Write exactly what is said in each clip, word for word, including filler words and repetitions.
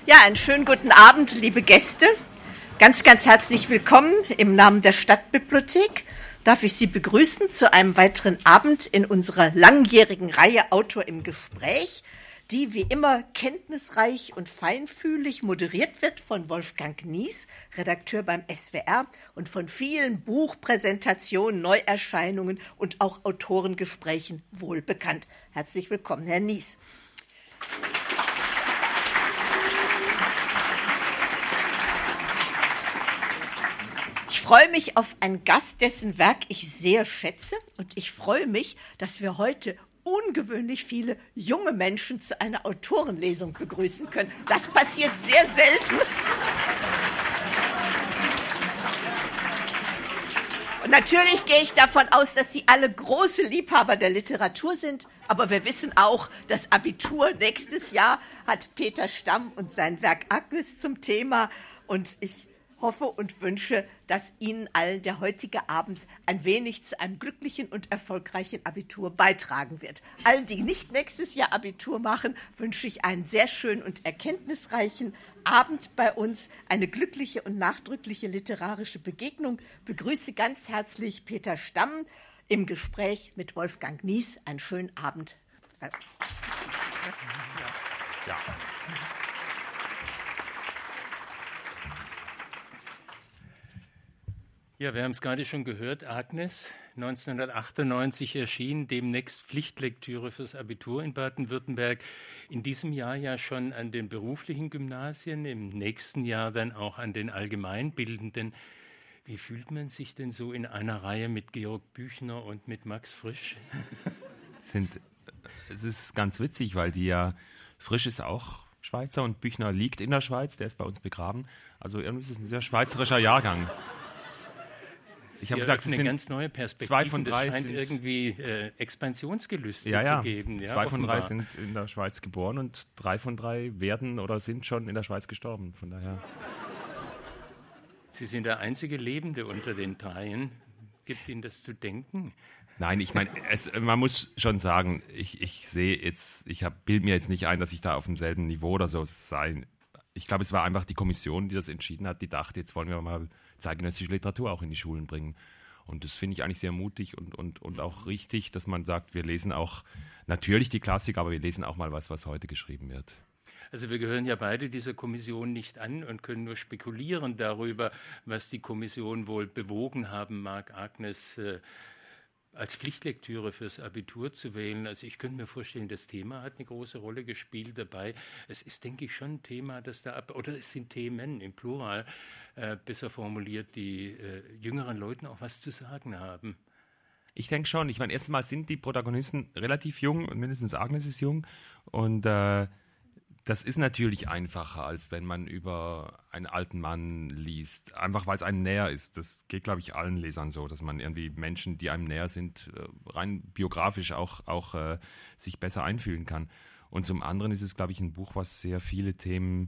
Ja, einen schönen guten Abend, liebe Gäste. Ganz, ganz herzlich willkommen im Namen der Stadtbibliothek. Darf ich Sie begrüßen zu einem weiteren Abend in unserer langjährigen Reihe Autor im Gespräch, die wie immer kenntnisreich und feinfühlig moderiert wird von Wolfgang Nies, Redakteur beim S W R, und von vielen Buchpräsentationen, Neuerscheinungen und auch Autorengesprächen wohl bekannt. Herzlich willkommen, Herr Nies. Ich freue mich auf einen Gast, dessen Werk ich sehr schätze, und ich freue mich, dass wir heute ungewöhnlich viele junge Menschen zu einer Autorenlesung begrüßen können. Das passiert sehr selten. Und natürlich gehe ich davon aus, dass Sie alle große Liebhaber der Literatur sind, aber wir wissen auch, das Abitur nächstes Jahr hat Peter Stamm und sein Werk Agnes zum Thema, und ich hoffe und wünsche, dass Ihnen allen der heutige Abend ein wenig zu einem glücklichen und erfolgreichen Abitur beitragen wird. Allen, die nicht nächstes Jahr Abitur machen, wünsche ich einen sehr schönen und erkenntnisreichen Abend bei uns, eine glückliche und nachdrückliche literarische Begegnung. Begrüße ganz herzlich Peter Stamm im Gespräch mit Wolfgang Nies. Einen schönen Abend bei uns. Ja. Ja, wir haben es gerade schon gehört, Agnes, neunzehnhundertachtundneunzig erschien, demnächst Pflichtlektüre fürs Abitur in Baden-Württemberg. In diesem Jahr ja schon an den beruflichen Gymnasien, im nächsten Jahr dann auch an den allgemeinbildenden. Wie fühlt man sich denn so in einer Reihe mit Georg Büchner und mit Max Frisch? Sind, es ist ganz witzig, weil die ja, Frisch ist auch Schweizer und Büchner liegt in der Schweiz, der ist bei uns begraben. Also irgendwie ist es ein sehr schweizerischer Jahrgang. Ich habe gesagt, es sind eine ganz neue Perspektive. Zwei von drei das scheint sind irgendwie äh, Expansionsgelüste ja, ja. zu geben. Ja, zwei von offenbar. drei sind in der Schweiz geboren und drei von drei werden oder sind schon in der Schweiz gestorben. Von daher. Sie sind der einzige Lebende unter den dreien. Gibt Ihnen das zu denken? Nein, ich meine, man muss schon sagen, ich, ich sehe jetzt, ich bilde mir jetzt nicht ein, dass ich da auf demselben Niveau oder so sein. Ich glaube, es war einfach die Kommission, die das entschieden hat, die dachte, jetzt wollen wir mal zeitgenössische Literatur auch in die Schulen bringen. Und das finde ich eigentlich sehr mutig und, und, und auch richtig, dass man sagt, wir lesen auch natürlich die Klassik, aber wir lesen auch mal was, was heute geschrieben wird. Also wir gehören ja beide dieser Kommission nicht an und können nur spekulieren darüber, was die Kommission wohl bewogen haben mag, Agnes äh, als Pflichtlektüre fürs Abitur zu wählen. Also ich könnte mir vorstellen, das Thema hat eine große Rolle gespielt dabei. Es ist, denke ich, schon ein Thema, das da ab, oder es sind Themen im Plural, äh, besser formuliert, die äh, jüngeren Leuten auch was zu sagen haben. Ich denke schon. Ich meine, erstens mal sind die Protagonisten relativ jung und mindestens Agnes ist jung. Und äh, das ist natürlich einfacher, als wenn man über einen alten Mann liest. Einfach, weil es einem näher ist. Das geht, glaube ich, allen Lesern so, dass man irgendwie Menschen, die einem näher sind, rein biografisch auch, auch äh, sich besser einfühlen kann. Und zum anderen ist es, glaube ich, ein Buch, was sehr viele Themen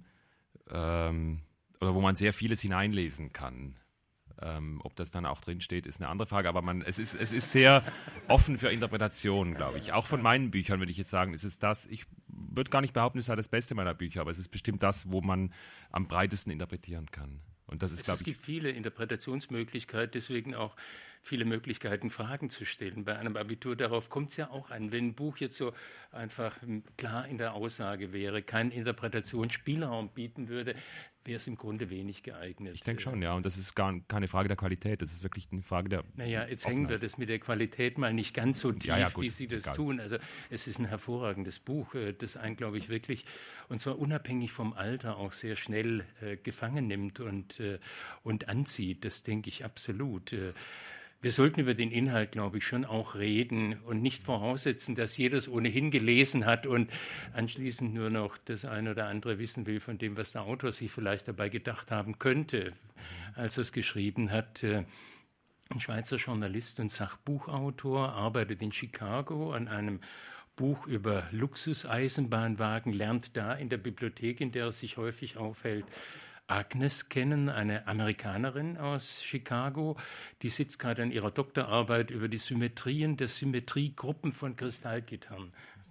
ähm, oder wo man sehr vieles hineinlesen kann. Ähm, ob das dann auch drin steht, ist eine andere Frage. Aber man, es ist, es ist sehr offen für Interpretationen, glaube ich. Auch von meinen Büchern würde ich jetzt sagen, ist es das, ich würde gar nicht behaupten, es sei das Beste meiner Bücher, aber es ist bestimmt das, wo man am breitesten interpretieren kann. Und das ist, glaube ich, es gibt viele Interpretationsmöglichkeiten, deswegen auch viele Möglichkeiten, Fragen zu stellen. Bei einem Abitur, darauf kommt es ja auch an. Wenn ein Buch jetzt so einfach klar in der Aussage wäre, keinen Interpretationsspielraum bieten würde, wäre es im Grunde wenig geeignet. Ich denke schon, ja. Und das ist gar keine Frage der Qualität. Das ist wirklich eine Frage der Naja, jetzt Offenheit. Hängen wir das mit der Qualität mal nicht ganz so tief, ja, ja, gut, wie Sie das egal. tun. Also es ist ein hervorragendes Buch, das einen, glaube ich, wirklich, und zwar unabhängig vom Alter, auch sehr schnell äh, gefangen nimmt und, äh, und anzieht. Das denke ich absolut. Äh, Wir sollten über den Inhalt, glaube ich, schon auch reden und nicht voraussetzen, dass jeder es ohnehin gelesen hat und anschließend nur noch das eine oder andere wissen will von dem, was der Autor sich vielleicht dabei gedacht haben könnte, als er es geschrieben hat. Ein Schweizer Journalist und Sachbuchautor, arbeitet in Chicago an einem Buch über Luxuseisenbahnwagen, lernt da in der Bibliothek, in der er sich häufig aufhält, Agnes kennen, eine Amerikanerin aus Chicago, die sitzt gerade an ihrer Doktorarbeit über die Symmetrien der Symmetriegruppen von Kristallgittern.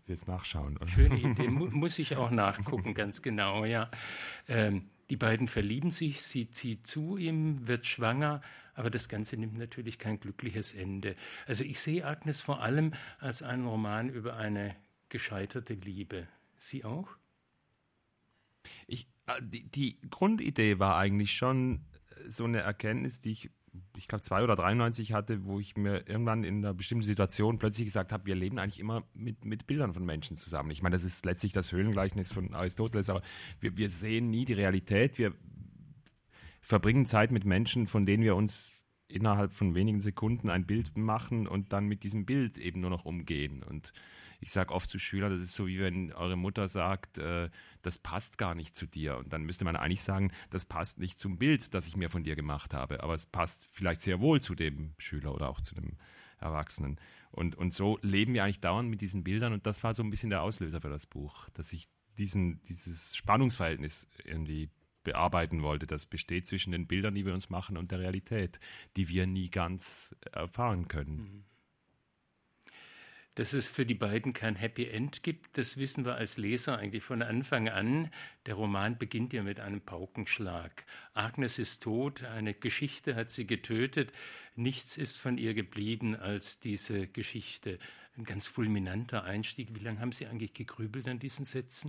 jetzt nachschauen. Oder? Schöne Idee, Mu- muss ich auch nachgucken, ganz genau, ja. Ähm, die beiden verlieben sich, sie zieht zu ihm, wird schwanger, aber das Ganze nimmt natürlich kein glückliches Ende. Also ich sehe Agnes vor allem als einen Roman über eine gescheiterte Liebe. Sie auch? Ich, die, die Grundidee war eigentlich schon so eine Erkenntnis, die ich, ich glaube, zwei oder dreiundneunzig hatte, wo ich mir irgendwann in einer bestimmten Situation plötzlich gesagt habe, wir leben eigentlich immer mit, mit Bildern von Menschen zusammen. Ich meine, das ist letztlich das Höhlengleichnis von Aristoteles, aber wir, wir sehen nie die Realität. Wir verbringen Zeit mit Menschen, von denen wir uns innerhalb von wenigen Sekunden ein Bild machen und dann mit diesem Bild eben nur noch umgehen. Und ich sage oft zu Schülern, das ist so, wie wenn eure Mutter sagt, äh, das passt gar nicht zu dir. Und dann müsste man eigentlich sagen, das passt nicht zum Bild, das ich mir von dir gemacht habe. Aber es passt vielleicht sehr wohl zu dem Schüler oder auch zu dem Erwachsenen. Und, und so leben wir eigentlich dauernd mit diesen Bildern. Und das war so ein bisschen der Auslöser für das Buch, dass ich diesen, dieses Spannungsverhältnis irgendwie bearbeiten wollte. Das besteht zwischen den Bildern, die wir uns machen, und der Realität, die wir nie ganz erfahren können. Mhm. Dass es für die beiden kein Happy End gibt, das wissen wir als Leser eigentlich von Anfang an. Der Roman beginnt ja mit einem Paukenschlag. Agnes ist tot, eine Geschichte hat sie getötet. Nichts ist von ihr geblieben als diese Geschichte. Ein ganz fulminanter Einstieg. Wie lange haben Sie eigentlich gegrübelt an diesen Sätzen?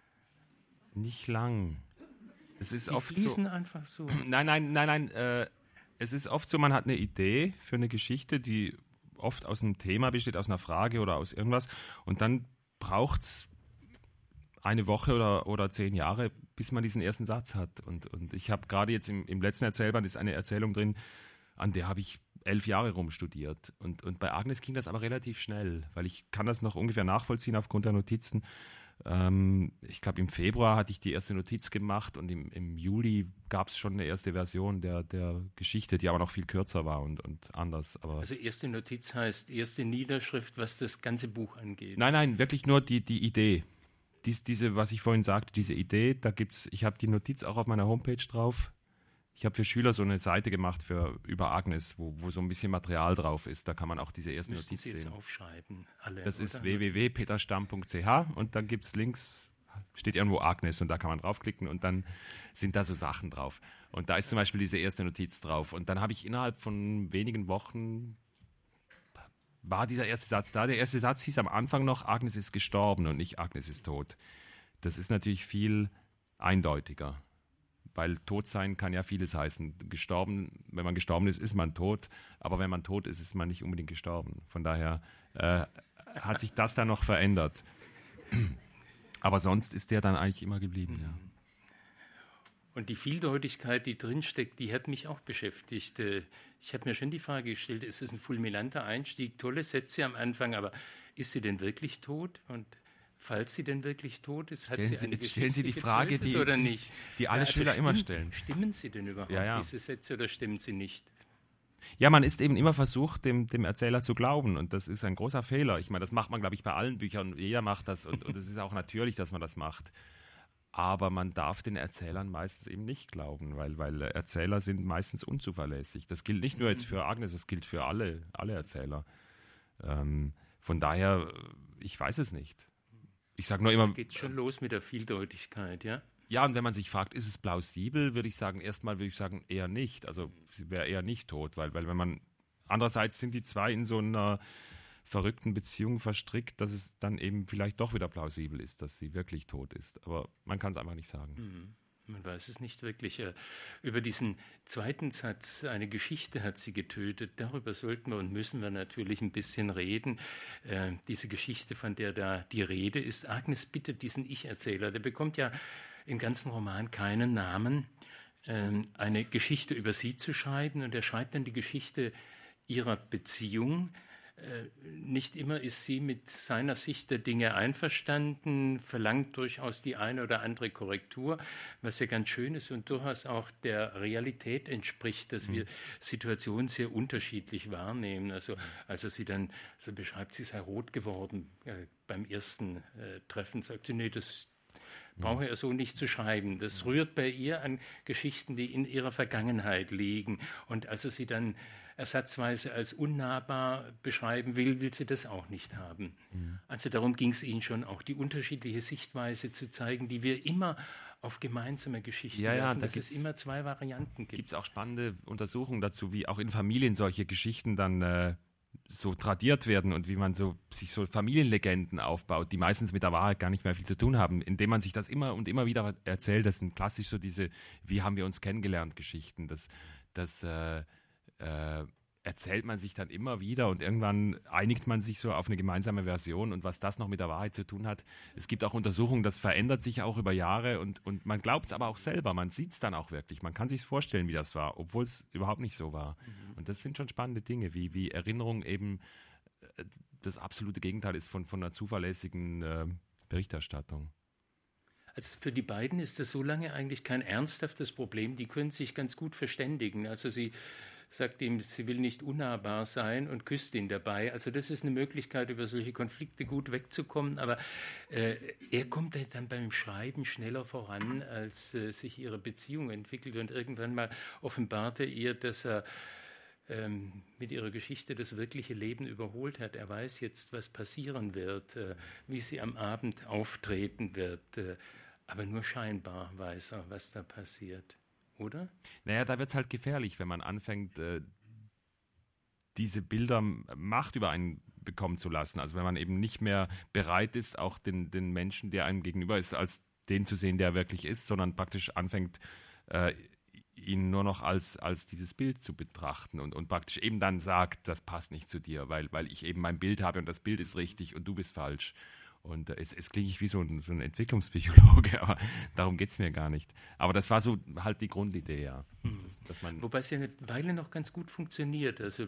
Nicht lang. Es ist Die oft fließen so, einfach so. Nein, nein, nein, nein. Äh, es ist oft so, man hat eine Idee für eine Geschichte, die oft aus einem Thema besteht, aus einer Frage oder aus irgendwas. Und dann braucht es eine Woche oder, oder zehn Jahre, bis man diesen ersten Satz hat. Und, und ich habe gerade jetzt im, im letzten Erzählband ist eine Erzählung drin, an der habe ich elf Jahre rumstudiert. Und, und bei Agnes ging das aber relativ schnell, weil ich kann das noch ungefähr nachvollziehen aufgrund der Notizen. Ähm, ich glaube, im Februar hatte ich die erste Notiz gemacht und im, im Juli gab es schon eine erste Version der, der Geschichte, die aber noch viel kürzer war und, und anders. Aber also erste Notiz heißt erste Niederschrift, was das ganze Buch angeht. Nein, nein, wirklich nur die, die Idee. Dies, diese, was ich vorhin sagte, diese Idee, da gibt's, ich habe die Notiz auch auf meiner Homepage drauf. Ich habe für Schüler so eine Seite gemacht für über Agnes, wo, wo so ein bisschen Material drauf ist. Da kann man auch diese ersten Müssen Notiz Sie jetzt sehen. Aufschreiben, alle, das ist oder? w w w punkt peter stamm punkt c h und dann gibt es links, steht irgendwo Agnes und da kann man draufklicken und dann sind da so Sachen drauf. Und da ist zum Beispiel diese erste Notiz drauf. Und dann habe ich innerhalb von wenigen Wochen, war dieser erste Satz da. Der erste Satz hieß am Anfang noch, Agnes ist gestorben und nicht Agnes ist tot. Das ist natürlich viel eindeutiger. Weil tot sein kann ja vieles heißen. Gestorben, wenn man gestorben ist, ist man tot. Aber wenn man tot ist, ist man nicht unbedingt gestorben. Von daher äh, hat sich das dann noch verändert. Aber sonst ist der dann eigentlich immer geblieben, ja. Und die Vieldeutigkeit, die drinsteckt, die hat mich auch beschäftigt. Ich habe mir schon die Frage gestellt, es ist ein fulminanter Einstieg, tolle Sätze am Anfang, aber ist sie denn wirklich tot? Und falls sie denn wirklich tot ist, hat stellen sie eine Jetzt stellen Sie die Geschichte Frage, die, oder die, nicht? die alle Ja, also Schüler stimmen, immer stellen. Stimmen sie denn überhaupt, ja, ja. diese Sätze, oder stimmen sie nicht? Ja, man ist eben immer versucht, dem, dem Erzähler zu glauben. Und das ist ein großer Fehler. Ich meine, das macht man, glaube ich, bei allen Büchern. Jeder macht das. Und, und es ist auch natürlich, dass man das macht. Aber man darf den Erzählern meistens eben nicht glauben, weil, weil Erzähler sind meistens unzuverlässig. Das gilt nicht nur jetzt für Agnes, das gilt für alle, alle Erzähler. Ähm, von daher, ich weiß es nicht. Ich sage nur immer... Geht schon los mit der Vieldeutigkeit, ja? Ja, und wenn man sich fragt, ist es plausibel, würde ich sagen, erstmal würde ich sagen, eher nicht. Also sie wäre eher nicht tot, weil, weil wenn man... Andererseits sind die zwei in so einer verrückten Beziehung verstrickt, dass es dann eben vielleicht doch wieder plausibel ist, dass sie wirklich tot ist. Aber man kann es einfach nicht sagen. Mhm. Man weiß es nicht wirklich. Über diesen zweiten Satz, eine Geschichte hat sie getötet, darüber sollten wir und müssen wir natürlich ein bisschen reden. Äh, diese Geschichte, von der da die Rede ist, Agnes bittet diesen Ich-Erzähler, der bekommt ja im ganzen Roman keinen Namen, äh, eine Geschichte über sie zu schreiben, und er schreibt dann die Geschichte ihrer Beziehung. Nicht immer ist sie mit seiner Sicht der Dinge einverstanden, verlangt durchaus die eine oder andere Korrektur, was ja ganz schön ist und durchaus auch der Realität entspricht, dass wir Situationen sehr unterschiedlich wahrnehmen. Also, also sie dann, so beschreibt sie, sei rot geworden äh, beim ersten äh, Treffen, sagt sie, nee, das brauche er so nicht zu schreiben. Das rührt bei ihr an Geschichten, die in ihrer Vergangenheit liegen. Und also sie dann ersatzweise als unnahbar beschreiben will, will sie das auch nicht haben. Mhm. Also darum ging es ihnen schon, auch die unterschiedliche Sichtweise zu zeigen, die wir immer auf gemeinsame Geschichten ja, ja, werfen, da dass es immer zwei Varianten gibt. Gibt es auch spannende Untersuchungen dazu, wie auch in Familien solche Geschichten dann äh, so tradiert werden und wie man so sich so Familienlegenden aufbaut, die meistens mit der Wahrheit gar nicht mehr viel zu tun haben, indem man sich das immer und immer wieder erzählt. Das sind klassisch so diese, wie haben wir uns kennengelernt, Geschichten. Das, das äh, äh, erzählt man sich dann immer wieder und irgendwann einigt man sich so auf eine gemeinsame Version und was das noch mit der Wahrheit zu tun hat. Es gibt auch Untersuchungen, das verändert sich auch über Jahre und, und man glaubt es aber auch selber, man sieht es dann auch wirklich, man kann sich vorstellen, wie das war, obwohl es überhaupt nicht so war. Mhm. Und das sind schon spannende Dinge, wie, wie Erinnerung eben das absolute Gegenteil ist von, von einer zuverlässigen äh, Berichterstattung. Also für die beiden ist das so lange eigentlich kein ernsthaftes Problem, die können sich ganz gut verständigen, also sie sagt ihm, sie will nicht unnahbar sein und küsst ihn dabei. Also das ist eine Möglichkeit, über solche Konflikte gut wegzukommen. Aber äh, er kommt dann beim Schreiben schneller voran, als äh, sich ihre Beziehung entwickelt. Und irgendwann mal offenbarte ihr, dass er ähm, mit ihrer Geschichte das wirkliche Leben überholt hat. Er weiß jetzt, was passieren wird, äh, wie sie am Abend auftreten wird. Äh, aber nur scheinbar weiß er, was da passiert. Oder? Naja, da wird es halt gefährlich, wenn man anfängt, äh, diese Bilder Macht über einen bekommen zu lassen. Also wenn man eben nicht mehr bereit ist, auch den, den Menschen, der einem gegenüber ist, als den zu sehen, der er wirklich ist, sondern praktisch anfängt, äh, ihn nur noch als, als dieses Bild zu betrachten und, und praktisch eben dann sagt, das passt nicht zu dir, weil, weil ich eben mein Bild habe und das Bild ist richtig und du bist falsch. Und es, es klinge ich wie so ein, so ein Entwicklungspsychologe, aber darum geht es mir gar nicht. Aber das war so halt die Grundidee, ja. Hm. Dass, dass man Wobei es ja eine Weile noch ganz gut funktioniert. Also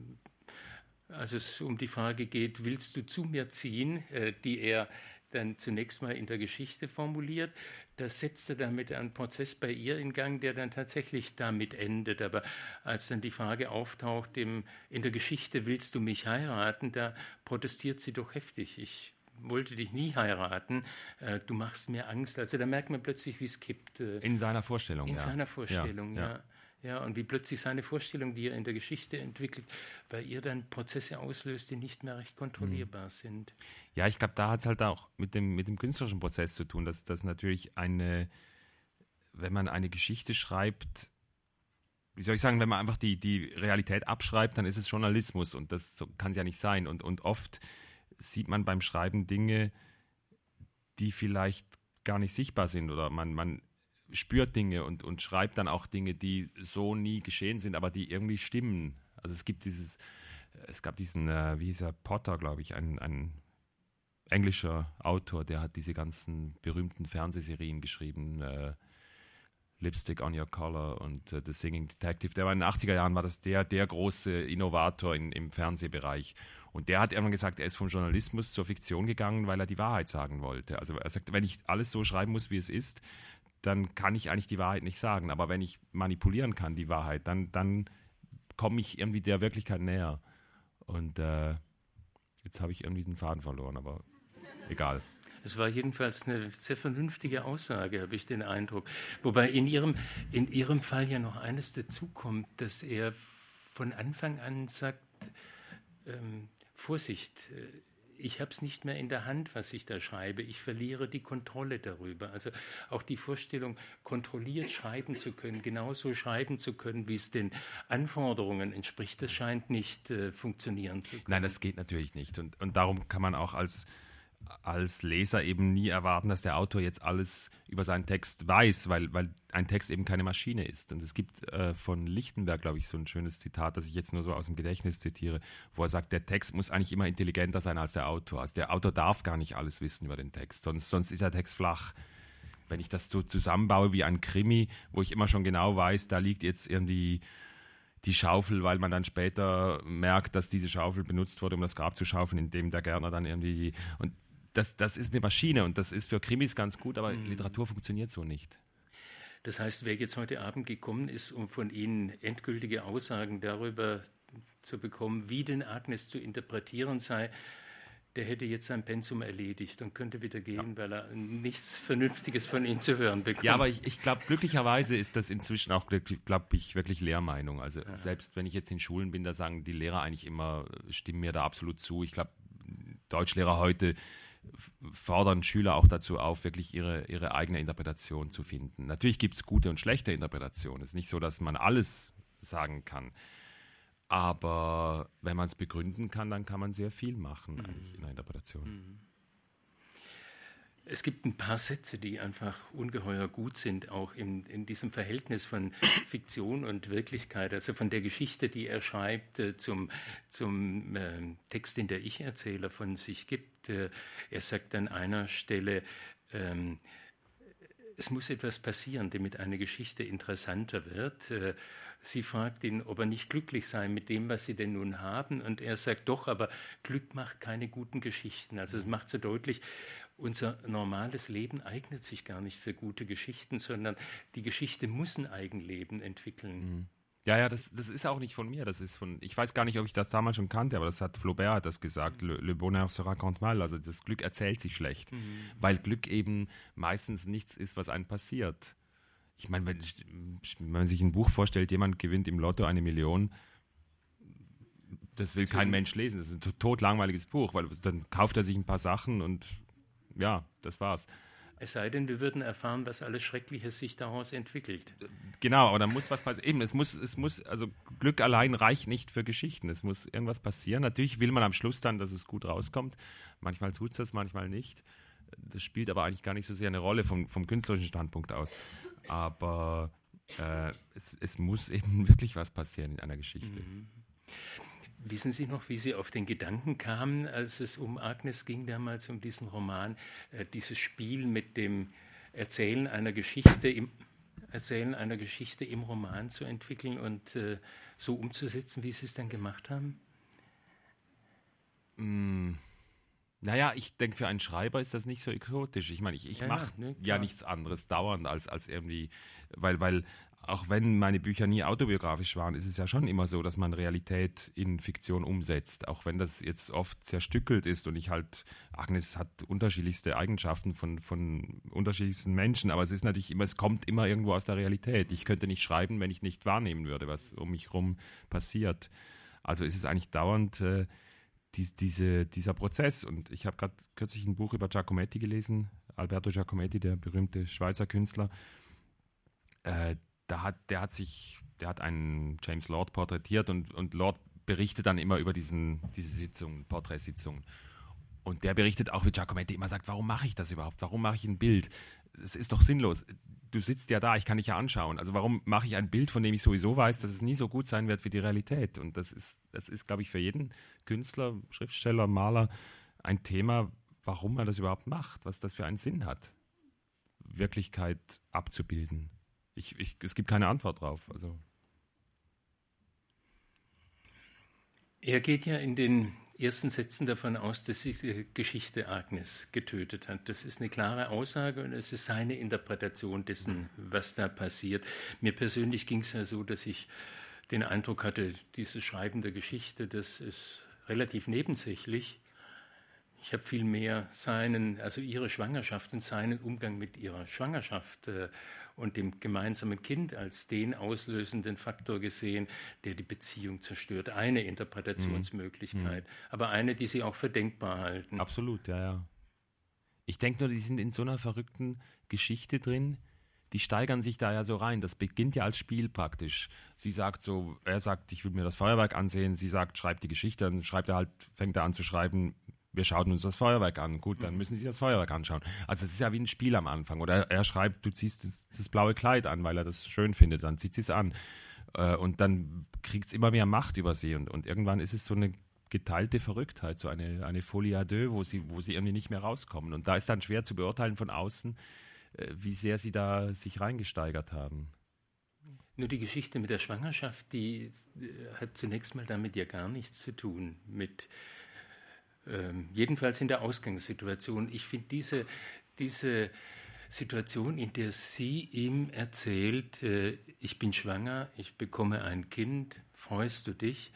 als es um die Frage geht, willst du zu mir ziehen, äh, die er dann zunächst mal in der Geschichte formuliert, das setzte damit einen Prozess bei ihr in Gang, der dann tatsächlich damit endet. Aber als dann die Frage auftaucht, im, in der Geschichte willst du mich heiraten, da protestiert sie doch heftig. Ich wollte dich nie heiraten, äh, du machst mir Angst. Also da merkt man plötzlich, wie es kippt. Äh, in seiner Vorstellung, in ja. In seiner Vorstellung, ja. ja. Ja, und wie plötzlich seine Vorstellung, die er in der Geschichte entwickelt, bei ihr dann Prozesse auslöst, die nicht mehr recht kontrollierbar mhm. sind. Ja, ich glaube, da hat es halt auch mit dem, mit dem künstlerischen Prozess zu tun, dass das natürlich eine, wenn man eine Geschichte schreibt, wie soll ich sagen, wenn man einfach die, die Realität abschreibt, dann ist es Journalismus und das so kann es ja nicht sein. Und, und oft sieht man beim Schreiben Dinge, die vielleicht gar nicht sichtbar sind oder man, man spürt Dinge und, und schreibt dann auch Dinge, die so nie geschehen sind, aber die irgendwie stimmen. Also es gibt dieses, es gab diesen, äh, wie hieß er, Potter, glaube ich, ein, ein englischer Autor, der hat diese ganzen berühmten Fernsehserien geschrieben, äh, Lipstick on Your Collar und uh, The Singing Detective. Der war in den achtziger Jahren, war das der, der große Innovator in, im Fernsehbereich. Und der hat irgendwann gesagt, er ist vom Journalismus zur Fiktion gegangen, weil er die Wahrheit sagen wollte. Also er sagt, wenn ich alles so schreiben muss, wie es ist, dann kann ich eigentlich die Wahrheit nicht sagen. Aber wenn ich manipulieren kann, die Wahrheit, dann, dann komme ich irgendwie der Wirklichkeit näher. Und äh, jetzt habe ich irgendwie den Faden verloren, aber egal. Es war jedenfalls eine sehr vernünftige Aussage, habe ich den Eindruck. Wobei in Ihrem, in Ihrem Fall ja noch eines dazukommt, dass er von Anfang an sagt, ähm, Vorsicht, ich habe es nicht mehr in der Hand, was ich da schreibe. Ich verliere die Kontrolle darüber. Also auch die Vorstellung, kontrolliert schreiben zu können, genauso schreiben zu können, wie es den Anforderungen entspricht, das scheint nicht äh, funktionieren zu können. Nein, das geht natürlich nicht. Und, und darum kann man auch als als Leser eben nie erwarten, dass der Autor jetzt alles über seinen Text weiß, weil, weil ein Text eben keine Maschine ist. Und es gibt äh, von Lichtenberg, glaube ich, so ein schönes Zitat, das ich jetzt nur so aus dem Gedächtnis zitiere, wo er sagt, der Text muss eigentlich immer intelligenter sein als der Autor. Also der Autor darf gar nicht alles wissen über den Text, sonst, sonst ist der Text flach. Wenn ich das so zusammenbaue wie ein Krimi, wo ich immer schon genau weiß, da liegt jetzt irgendwie die Schaufel, weil man dann später merkt, dass diese Schaufel benutzt wurde, um das Grab zu schaufeln, indem der Gärtner dann irgendwie... Und Das, das ist eine Maschine und das ist für Krimis ganz gut, aber mhm. Literatur funktioniert so nicht. Das heißt, wer jetzt heute Abend gekommen ist, um von Ihnen endgültige Aussagen darüber zu bekommen, wie denn Agnes zu interpretieren sei, der hätte jetzt sein Pensum erledigt und könnte wieder gehen, ja. weil er nichts Vernünftiges von Ihnen zu hören bekommt. Ja, aber ich, ich glaube, glücklicherweise ist das inzwischen auch, glaube ich, wirklich Lehrmeinung. Also ja. selbst wenn ich jetzt in Schulen bin, da sagen die Lehrer eigentlich immer, stimmen mir da absolut zu. Ich glaube, Deutschlehrer heute fordern Schüler auch dazu auf, wirklich ihre, ihre eigene Interpretation zu finden. Natürlich gibt es gute und schlechte Interpretationen. Es ist nicht so, dass man alles sagen kann. Aber wenn man es begründen kann, dann kann man sehr viel machen mhm. eigentlich in der Interpretation. Mhm. Es gibt ein paar Sätze, die einfach ungeheuer gut sind, auch in, in diesem Verhältnis von Fiktion und Wirklichkeit, also von der Geschichte, die er schreibt, äh, zum, zum äh, Text, den der Ich-Erzähler von sich gibt. Äh, er sagt an einer Stelle, ähm, es muss etwas passieren, damit eine Geschichte interessanter wird. Äh, sie fragt ihn, ob er nicht glücklich sei mit dem, was sie denn nun haben. Und er sagt, doch, aber Glück macht keine guten Geschichten. Also es macht so deutlich, unser normales Leben eignet sich gar nicht für gute Geschichten, sondern die Geschichte muss ein Eigenleben entwickeln. Ja, ja, das, das ist auch nicht von mir. Das ist von, ich weiß gar nicht, ob ich das damals schon kannte, aber das hat Flaubert hat das gesagt. Le, le bonheur se raconte mal. Also das Glück erzählt sich schlecht, mhm. weil Glück eben meistens nichts ist, was einem passiert. Ich meine, wenn, wenn man sich ein Buch vorstellt, jemand gewinnt im Lotto eine Million, das will kein Mensch lesen. Das ist ein totlangweiliges Buch, weil dann kauft er sich ein paar Sachen und ja, das war's. Es sei denn, wir würden erfahren, was alles Schreckliches sich daraus entwickelt. Genau, aber da muss was passieren. Eben, es muss, es muss, also Glück allein reicht nicht für Geschichten. Es muss irgendwas passieren. Natürlich will man am Schluss dann, dass es gut rauskommt. Manchmal tut es das, manchmal nicht. Das spielt aber eigentlich gar nicht so sehr eine Rolle vom, vom künstlerischen Standpunkt aus. Aber äh, es, es muss eben wirklich was passieren in einer Geschichte. Mhm. Wissen Sie noch, wie Sie auf den Gedanken kamen, als es um Agnes ging, damals um diesen Roman, äh, dieses Spiel mit dem Erzählen einer Geschichte im, Erzählen einer Geschichte im Roman zu entwickeln und äh, so umzusetzen, wie Sie es dann gemacht haben? Mm. Naja, ich denke, für einen Schreiber ist das nicht so exotisch. Ich meine, ich, ich ja, mache ne, ja nichts anderes dauernd als, als irgendwie, weil, weil auch wenn meine Bücher nie autobiografisch waren, ist es ja schon immer so, dass man Realität in Fiktion umsetzt. Auch wenn das jetzt oft zerstückelt ist und ich halt, Agnes hat unterschiedlichste Eigenschaften von, von unterschiedlichsten Menschen, aber es ist natürlich immer, es kommt immer irgendwo aus der Realität. Ich könnte nicht schreiben, wenn ich nicht wahrnehmen würde, was um mich herum passiert. Also ist es eigentlich dauernd äh, dies, diese, dieser Prozess. Und ich habe gerade kürzlich ein Buch über Giacometti gelesen, Alberto Giacometti, der berühmte Schweizer Künstler. Äh, Da hat, der hat sich, der hat einen James Lord porträtiert und, und Lord berichtet dann immer über diesen, diese Sitzungen, Porträtsitzungen. Und der berichtet auch, wie Giacometti immer sagt, warum mache ich das überhaupt? Warum mache ich ein Bild? Es ist doch sinnlos. Du sitzt ja da, ich kann dich ja anschauen. Also warum mache ich ein Bild, von dem ich sowieso weiß, dass es nie so gut sein wird wie die Realität? Und das ist, das ist, glaube ich, für jeden Künstler, Schriftsteller, Maler ein Thema, warum er das überhaupt macht, was das für einen Sinn hat, Wirklichkeit abzubilden. Ich, ich, es gibt keine Antwort drauf. Also. Er geht ja in den ersten Sätzen davon aus, dass diese Geschichte Agnes getötet hat. Das ist eine klare Aussage und es ist seine Interpretation dessen, was da passiert. Mir persönlich ging es ja so, dass ich den Eindruck hatte, dieses Schreiben der Geschichte, das ist relativ nebensächlich. Ich habe viel mehr seinen, also ihre Schwangerschaft und seinen Umgang mit ihrer Schwangerschaft äh, und dem gemeinsamen Kind als den auslösenden Faktor gesehen, der die Beziehung zerstört. Eine Interpretationsmöglichkeit, mhm. aber eine, die Sie auch für denkbar halten. Absolut, ja, ja. Ich denke nur, die sind in so einer verrückten Geschichte drin, die steigern sich da ja so rein. Das beginnt ja als Spiel praktisch. Sie sagt so, er sagt, ich will mir das Feuerwerk ansehen. Sie sagt, schreibt die Geschichte, dann schreibt er halt, fängt er an zu schreiben, wir schauen uns das Feuerwerk an. Gut, dann müssen Sie das Feuerwerk anschauen. Also es ist ja wie ein Spiel am Anfang. Oder er, er schreibt, du ziehst das, das blaue Kleid an, weil er das schön findet. Dann zieht sie es an. Äh, und dann kriegt es immer mehr Macht über sie. Und, und irgendwann ist es so eine geteilte Verrücktheit, so eine, eine Folie à deux, wo sie, wo sie irgendwie nicht mehr rauskommen. Und da ist dann schwer zu beurteilen von außen, äh, wie sehr sie da sich reingesteigert haben. Nur die Geschichte mit der Schwangerschaft, die äh, hat zunächst mal damit ja gar nichts zu tun. Mit Ähm, jedenfalls in der Ausgangssituation. Ich finde diese, diese Situation, in der sie ihm erzählt, äh, ich bin schwanger, ich bekomme ein Kind, freust du dich?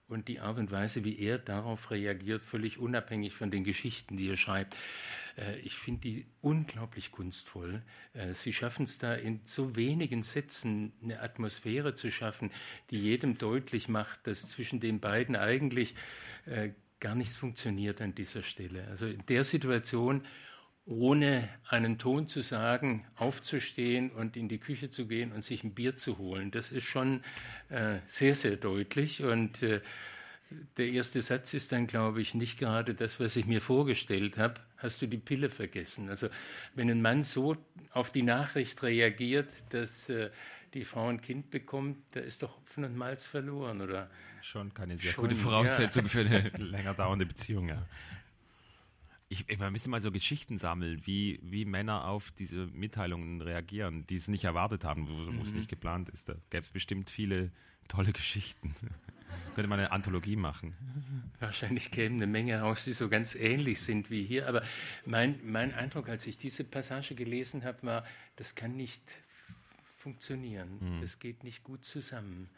und die Art und Weise, wie er darauf reagiert, völlig unabhängig von den Geschichten, die er schreibt, äh, ich finde die unglaublich kunstvoll. Äh, sie schaffen es da in so wenigen Sätzen eine Atmosphäre zu schaffen, die jedem deutlich macht, dass zwischen den beiden eigentlich äh, gar nichts funktioniert an dieser Stelle. Also in der Situation, ohne einen Ton zu sagen, aufzustehen und in die Küche zu gehen und sich ein Bier zu holen. Das ist schon äh, sehr, sehr deutlich. Und äh, der erste Satz ist dann, glaube ich, nicht gerade das, was ich mir vorgestellt habe. Hast du die Pille vergessen? Also wenn ein Mann so auf die Nachricht reagiert, dass äh, die Frau ein Kind bekommt, da ist doch Hopfen und Malz verloren, oder? Schon keine sehr Schon, gute Voraussetzung ja. für eine länger dauernde Beziehung, ja. Ich, ich, wir müssen mal so Geschichten sammeln, wie, wie Männer auf diese Mitteilungen reagieren, die es nicht erwartet haben, wo, wo es Mhm. nicht geplant ist. Da gäbe es bestimmt viele tolle Geschichten. Könnte man eine Anthologie machen. Wahrscheinlich käme eine Menge raus, die so ganz ähnlich sind wie hier. Aber mein, mein Eindruck, als ich diese Passage gelesen habe, war, das kann nicht funktionieren. Mhm. Das geht nicht gut zusammen.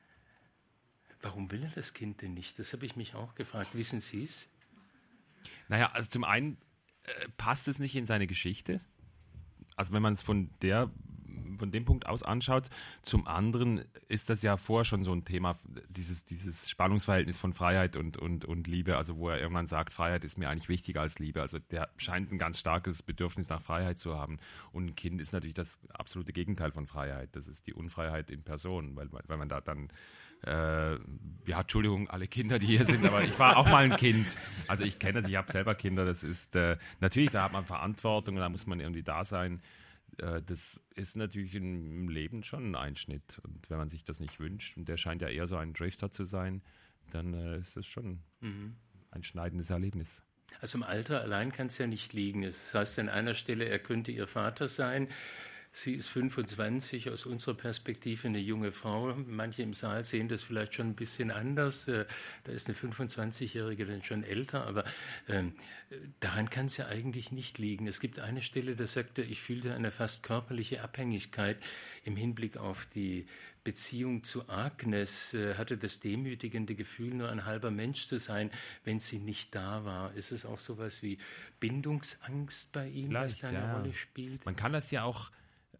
Warum will er das Kind denn nicht? Das habe ich mich auch gefragt. Wissen Sie es? Naja, also zum einen äh, passt es nicht in seine Geschichte. Also wenn man es von der von dem Punkt aus anschaut. Zum anderen ist das ja vorher schon so ein Thema, dieses, dieses Spannungsverhältnis von Freiheit und, und, und Liebe, also wo er irgendwann sagt, Freiheit ist mir eigentlich wichtiger als Liebe. Also der scheint ein ganz starkes Bedürfnis nach Freiheit zu haben. Und ein Kind ist natürlich das absolute Gegenteil von Freiheit. Das ist die Unfreiheit in Person, weil, weil man da dann Äh, ja, Entschuldigung, alle Kinder, die hier sind, aber ich war auch mal ein Kind. Also ich kenne das, ich habe selber Kinder. Das ist äh, natürlich, da hat man Verantwortung und da muss man irgendwie da sein. Äh, das ist natürlich im Leben schon ein Einschnitt. Und wenn man sich das nicht wünscht, und der scheint ja eher so ein Drifter zu sein, dann äh, ist das schon mhm. ein schneidendes Erlebnis. Also im Alter allein kann es ja nicht liegen. Das heißt an einer Stelle, er könnte ihr Vater sein. Sie ist fünfundzwanzig, aus unserer Perspektive eine junge Frau. Manche im Saal sehen das vielleicht schon ein bisschen anders. Da ist eine fünfundzwanzigjährige dann schon älter, aber ähm, daran kann es ja eigentlich nicht liegen. Es gibt eine Stelle, da sagt er, ich fühlte eine fast körperliche Abhängigkeit im Hinblick auf die Beziehung zu Agnes, äh, hatte das demütigende Gefühl, nur ein halber Mensch zu sein, wenn sie nicht da war. Ist es auch sowas wie Bindungsangst bei ihm, Vielleicht, was da eine ja. Rolle spielt? Man kann das ja auch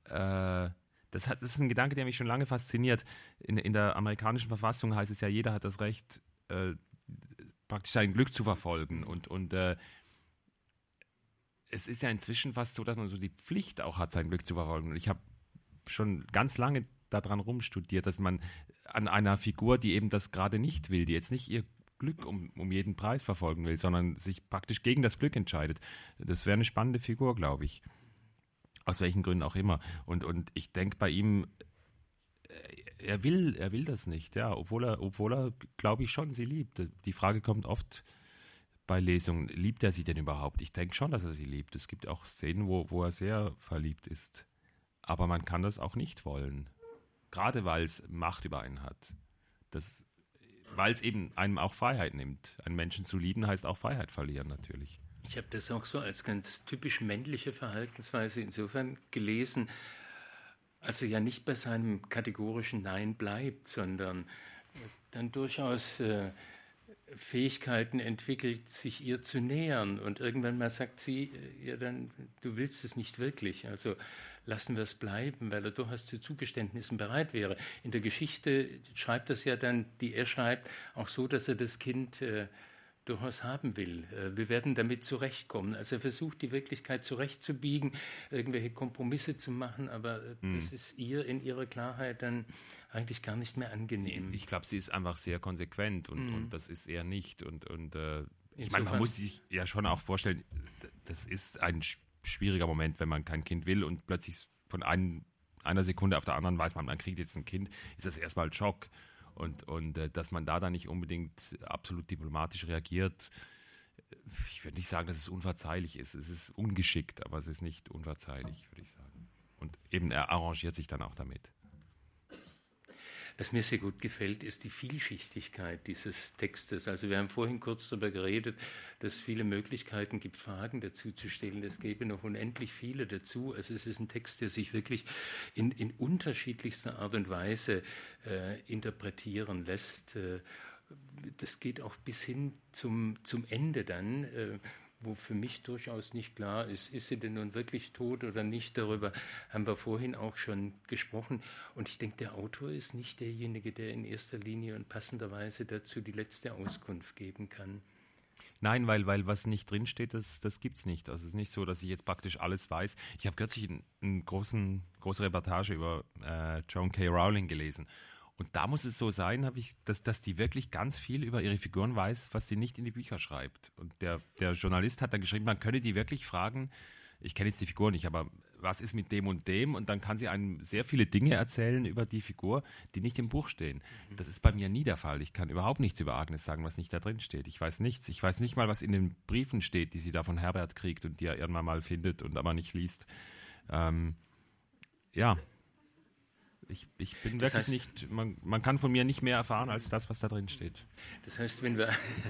Das, hat, das ist ein Gedanke, der mich schon lange fasziniert. In, in der amerikanischen Verfassung heißt es ja, jeder hat das Recht, äh, praktisch sein Glück zu verfolgen. Und, und äh, es ist ja inzwischen fast so, dass man so die Pflicht auch hat, sein Glück zu verfolgen. Und ich habe schon ganz lange daran rumstudiert, dass man an einer Figur, die eben das gerade nicht will, die jetzt nicht ihr Glück um, um jeden Preis verfolgen will, sondern sich praktisch gegen das Glück entscheidet. Das wäre eine spannende Figur, glaube ich. Aus welchen Gründen auch immer. Und, und ich denke bei ihm, er will, er will das nicht, ja, obwohl er, obwohl er, glaube ich, schon sie liebt. Die Frage kommt oft bei Lesungen, liebt er sie denn überhaupt? Ich denke schon, dass er sie liebt. Es gibt auch Szenen, wo, wo er sehr verliebt ist. Aber man kann das auch nicht wollen. Gerade weil es Macht über einen hat. Das, weil es eben einem auch Freiheit nimmt. Einen Menschen zu lieben heißt auch Freiheit verlieren, natürlich. Ich habe das auch so als ganz typisch männliche Verhaltensweise insofern gelesen, als er ja nicht bei seinem kategorischen Nein bleibt, sondern dann durchaus äh, Fähigkeiten entwickelt, sich ihr zu nähern. Und irgendwann mal sagt sie, ja dann, du willst es nicht wirklich, also lassen wir es bleiben, weil er durchaus zu Zugeständnissen bereit wäre. In der Geschichte schreibt das ja dann, die er schreibt, auch so, dass er das Kind äh, durchaus haben will. Wir werden damit zurechtkommen. Also er versucht, die Wirklichkeit zurechtzubiegen, irgendwelche Kompromisse zu machen, aber hm. das ist ihr in ihrer Klarheit dann eigentlich gar nicht mehr angenehm. Sie, ich glaube, sie ist einfach sehr konsequent und, hm. und das ist er nicht. Und, und äh, ich meine, man muss sich ja schon auch vorstellen, das ist ein schwieriger Moment, wenn man kein Kind will und plötzlich von ein, einer Sekunde auf der anderen weiß man, man kriegt jetzt ein Kind, ist das erstmal ein Schock. Und, und äh, dass man da dann nicht unbedingt absolut diplomatisch reagiert, ich würde nicht sagen, dass es unverzeihlich ist. Es ist ungeschickt, aber es ist nicht unverzeihlich, würde ich sagen. Und eben er arrangiert sich dann auch damit. Was mir sehr gut gefällt, ist die Vielschichtigkeit dieses Textes. Also wir haben vorhin kurz darüber geredet, dass es viele Möglichkeiten gibt, Fragen dazu zu stellen. Es gäbe noch unendlich viele dazu. Also es ist ein Text, der sich wirklich in, in unterschiedlichster Art und Weise äh, interpretieren lässt. Äh, das geht auch bis hin zum, zum Ende dann, äh, wo für mich durchaus nicht klar ist, ist sie denn nun wirklich tot oder nicht, darüber haben wir vorhin auch schon gesprochen. Und ich denke, der Autor ist nicht derjenige, der in erster Linie und passenderweise dazu die letzte Auskunft geben kann. Nein, weil, weil was nicht drinsteht, das, das gibt es nicht. Also es ist nicht so, dass ich jetzt praktisch alles weiß. Ich habe kürzlich eine ein großen, große Reportage über äh, Joan K. Rowling gelesen. Und da muss es so sein, habe ich, dass, dass die wirklich ganz viel über ihre Figuren weiß, was sie nicht in die Bücher schreibt. Und der, der Journalist hat dann geschrieben, man könne die wirklich fragen, ich kenne jetzt die Figur nicht, aber was ist mit dem und dem? Und dann kann sie einem sehr viele Dinge erzählen über die Figur, die nicht im Buch stehen. Das ist bei mir nie der Fall. Ich kann überhaupt nichts über Agnes sagen, was nicht da drin steht. Ich weiß nichts. Ich weiß nicht mal, was in den Briefen steht, die sie da von Herbert kriegt und die er irgendwann mal findet und aber nicht liest. Ähm, ja. Ich, ich bin das wirklich heißt, nicht, man, man kann von mir nicht mehr erfahren als das, was da drin steht. Das heißt, wenn wir...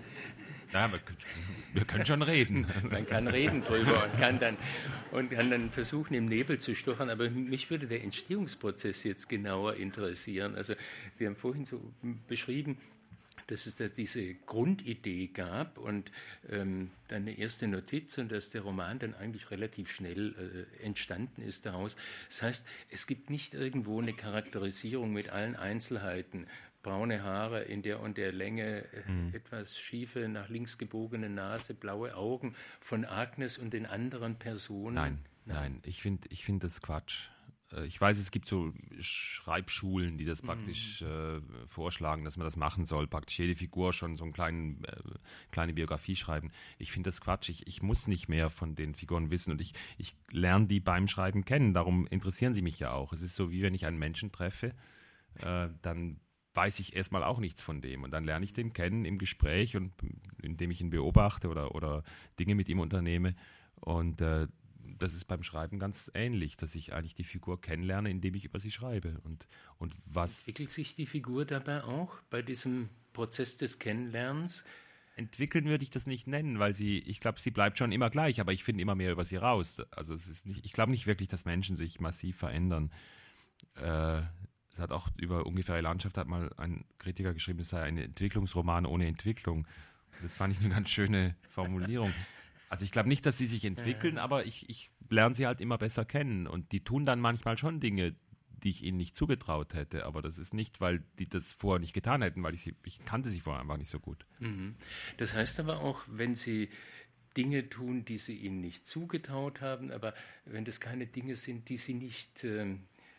Ja, wir, wir können schon reden. Man kann reden drüber und kann, dann, und kann dann versuchen, im Nebel zu stochern. Aber mich würde der Entstehungsprozess jetzt genauer interessieren. Also Sie haben vorhin so beschrieben, dass es da diese Grundidee gab und ähm, dann eine erste Notiz und dass der Roman dann eigentlich relativ schnell äh, entstanden ist daraus. Das heißt, es gibt nicht irgendwo eine Charakterisierung mit allen Einzelheiten. Braune Haare in der und der Länge, äh, mhm. etwas schiefe, nach links gebogene Nase, blaue Augen von Agnes und den anderen Personen. Nein, nein, nein. ich finde ich find das Quatsch. Ich weiß, es gibt so Schreibschulen, die das praktisch äh, vorschlagen, dass man das machen soll, praktisch jede Figur schon so eine kleine, äh, kleine Biografie schreiben. Ich finde das Quatsch. Ich, ich muss nicht mehr von den Figuren wissen und ich, ich lerne die beim Schreiben kennen. Darum interessieren sie mich ja auch. Es ist so, wie wenn ich einen Menschen treffe, äh, dann weiß ich erstmal auch nichts von dem und dann lerne ich den kennen im Gespräch und indem ich ihn beobachte oder, oder Dinge mit ihm unternehme und äh, das ist beim Schreiben ganz ähnlich, dass ich eigentlich die Figur kennenlerne, indem ich über sie schreibe. Und, und was entwickelt sich die Figur dabei auch bei diesem Prozess des Kennenlernens? Entwickeln würde ich das nicht nennen, weil sie, ich glaube, sie bleibt schon immer gleich, aber ich finde immer mehr über sie raus. Also es ist nicht, ich glaube nicht wirklich, dass Menschen sich massiv verändern. Äh, es hat auch über Ungefähre Landschaft hat mal ein Kritiker geschrieben, es sei ein Entwicklungsroman ohne Entwicklung. Das fand ich eine ganz schöne Formulierung. Also ich glaube nicht, dass sie sich entwickeln, ja. aber ich, ich lerne sie halt immer besser kennen und die tun dann manchmal schon Dinge, die ich ihnen nicht zugetraut hätte, aber das ist nicht, weil die das vorher nicht getan hätten, weil ich sie, ich kannte sie vorher einfach nicht so gut. Mhm. Das heißt aber auch, wenn sie Dinge tun, die sie ihnen nicht zugetraut haben, aber wenn das keine Dinge sind, die sie nicht äh,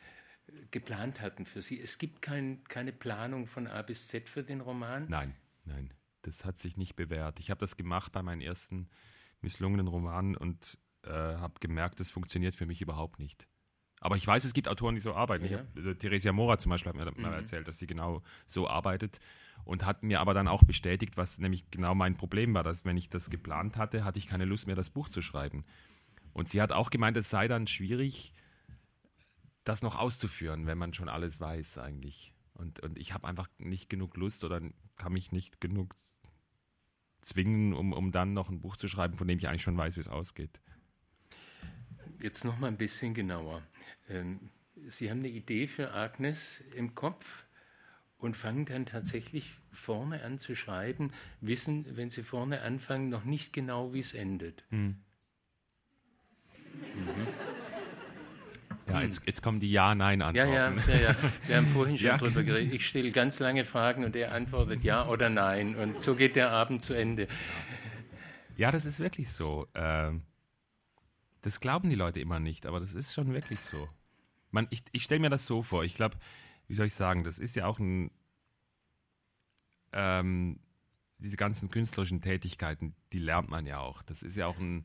geplant hatten für sie, es gibt kein, keine Planung von A bis Z für den Roman? Nein, nein, das hat sich nicht bewährt. Ich habe das gemacht bei meinen ersten misslungenen Roman und äh, habe gemerkt, das funktioniert für mich überhaupt nicht. Aber ich weiß, es gibt Autoren, die so arbeiten. Ja. Ich hab, äh, Theresia Mora zum Beispiel hat mir mhm. mal erzählt, dass sie genau so arbeitet und hat mir aber dann auch bestätigt, was nämlich genau mein Problem war, dass wenn ich das geplant hatte, hatte ich keine Lust mehr, das Buch zu schreiben. Und sie hat auch gemeint, es sei dann schwierig, das noch auszuführen, wenn man schon alles weiß eigentlich. Und, und ich habe einfach nicht genug Lust oder kann mich nicht genug zwingen, um, um dann noch ein Buch zu schreiben, von dem ich eigentlich schon weiß, wie es ausgeht. Jetzt noch mal ein bisschen genauer. Ähm, Sie haben eine Idee für Agnes im Kopf und fangen dann tatsächlich vorne an zu schreiben, wissen, wenn Sie vorne anfangen, noch nicht genau, wie es endet. Hm. Mhm. Ja, jetzt, jetzt kommen die Ja-Nein-Antworten. Ja, ja, ja, ja. Wir haben vorhin schon ja. drüber geredet. Ich stelle ganz lange Fragen und er antwortet Ja oder Nein. Und so geht der Abend zu Ende. Ja, das ist wirklich so. Das glauben die Leute immer nicht, aber das ist schon wirklich so. Man, ich ich stelle mir das so vor. Ich glaube, wie soll ich sagen, das ist ja auch ein... Ähm, diese ganzen künstlerischen Tätigkeiten, die lernt man ja auch. Das ist ja auch ein...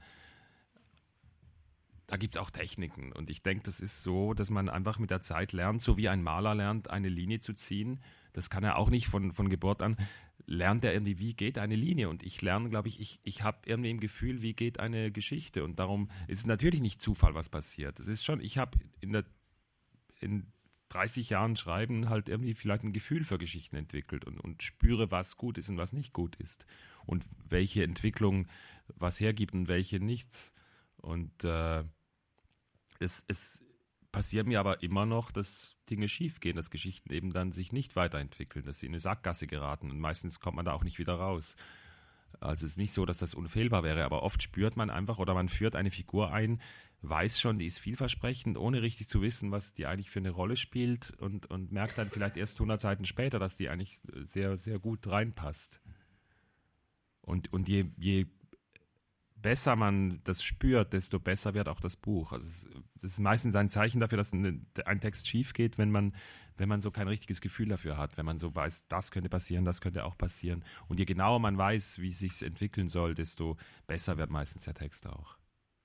Da gibt es auch Techniken und ich denke, das ist so, dass man einfach mit der Zeit lernt, so wie ein Maler lernt, eine Linie zu ziehen. Das kann er auch nicht von, von Geburt an. Lernt er irgendwie, wie geht eine Linie? Und ich lerne, glaube ich, ich, ich habe irgendwie im Gefühl, wie geht eine Geschichte. Und darum ist es natürlich nicht Zufall, was passiert. Es ist schon, ich habe in der in dreißig Jahren Schreiben halt irgendwie vielleicht ein Gefühl für Geschichten entwickelt und, und spüre, was gut ist und was nicht gut ist. Und welche Entwicklung was hergibt und welche nichts. Und äh, es, es passiert mir aber immer noch, dass Dinge schiefgehen, dass Geschichten eben dann sich nicht weiterentwickeln, dass sie in eine Sackgasse geraten und meistens kommt man da auch nicht wieder raus. Also es ist nicht so, dass das unfehlbar wäre, aber oft spürt man einfach oder man führt eine Figur ein, weiß schon, die ist vielversprechend, ohne richtig zu wissen, was die eigentlich für eine Rolle spielt und, und merkt dann vielleicht erst hundert Seiten später, dass die eigentlich sehr, sehr gut reinpasst. Und, und je, je besser man das spürt, desto besser wird auch das Buch. Also es, das ist meistens ein Zeichen dafür, dass ein, ein Text schief geht, wenn man, wenn man so kein richtiges Gefühl dafür hat, wenn man so weiß, das könnte passieren, das könnte auch passieren. Und je genauer man weiß, wie es sich entwickeln soll, desto besser wird meistens der Text auch.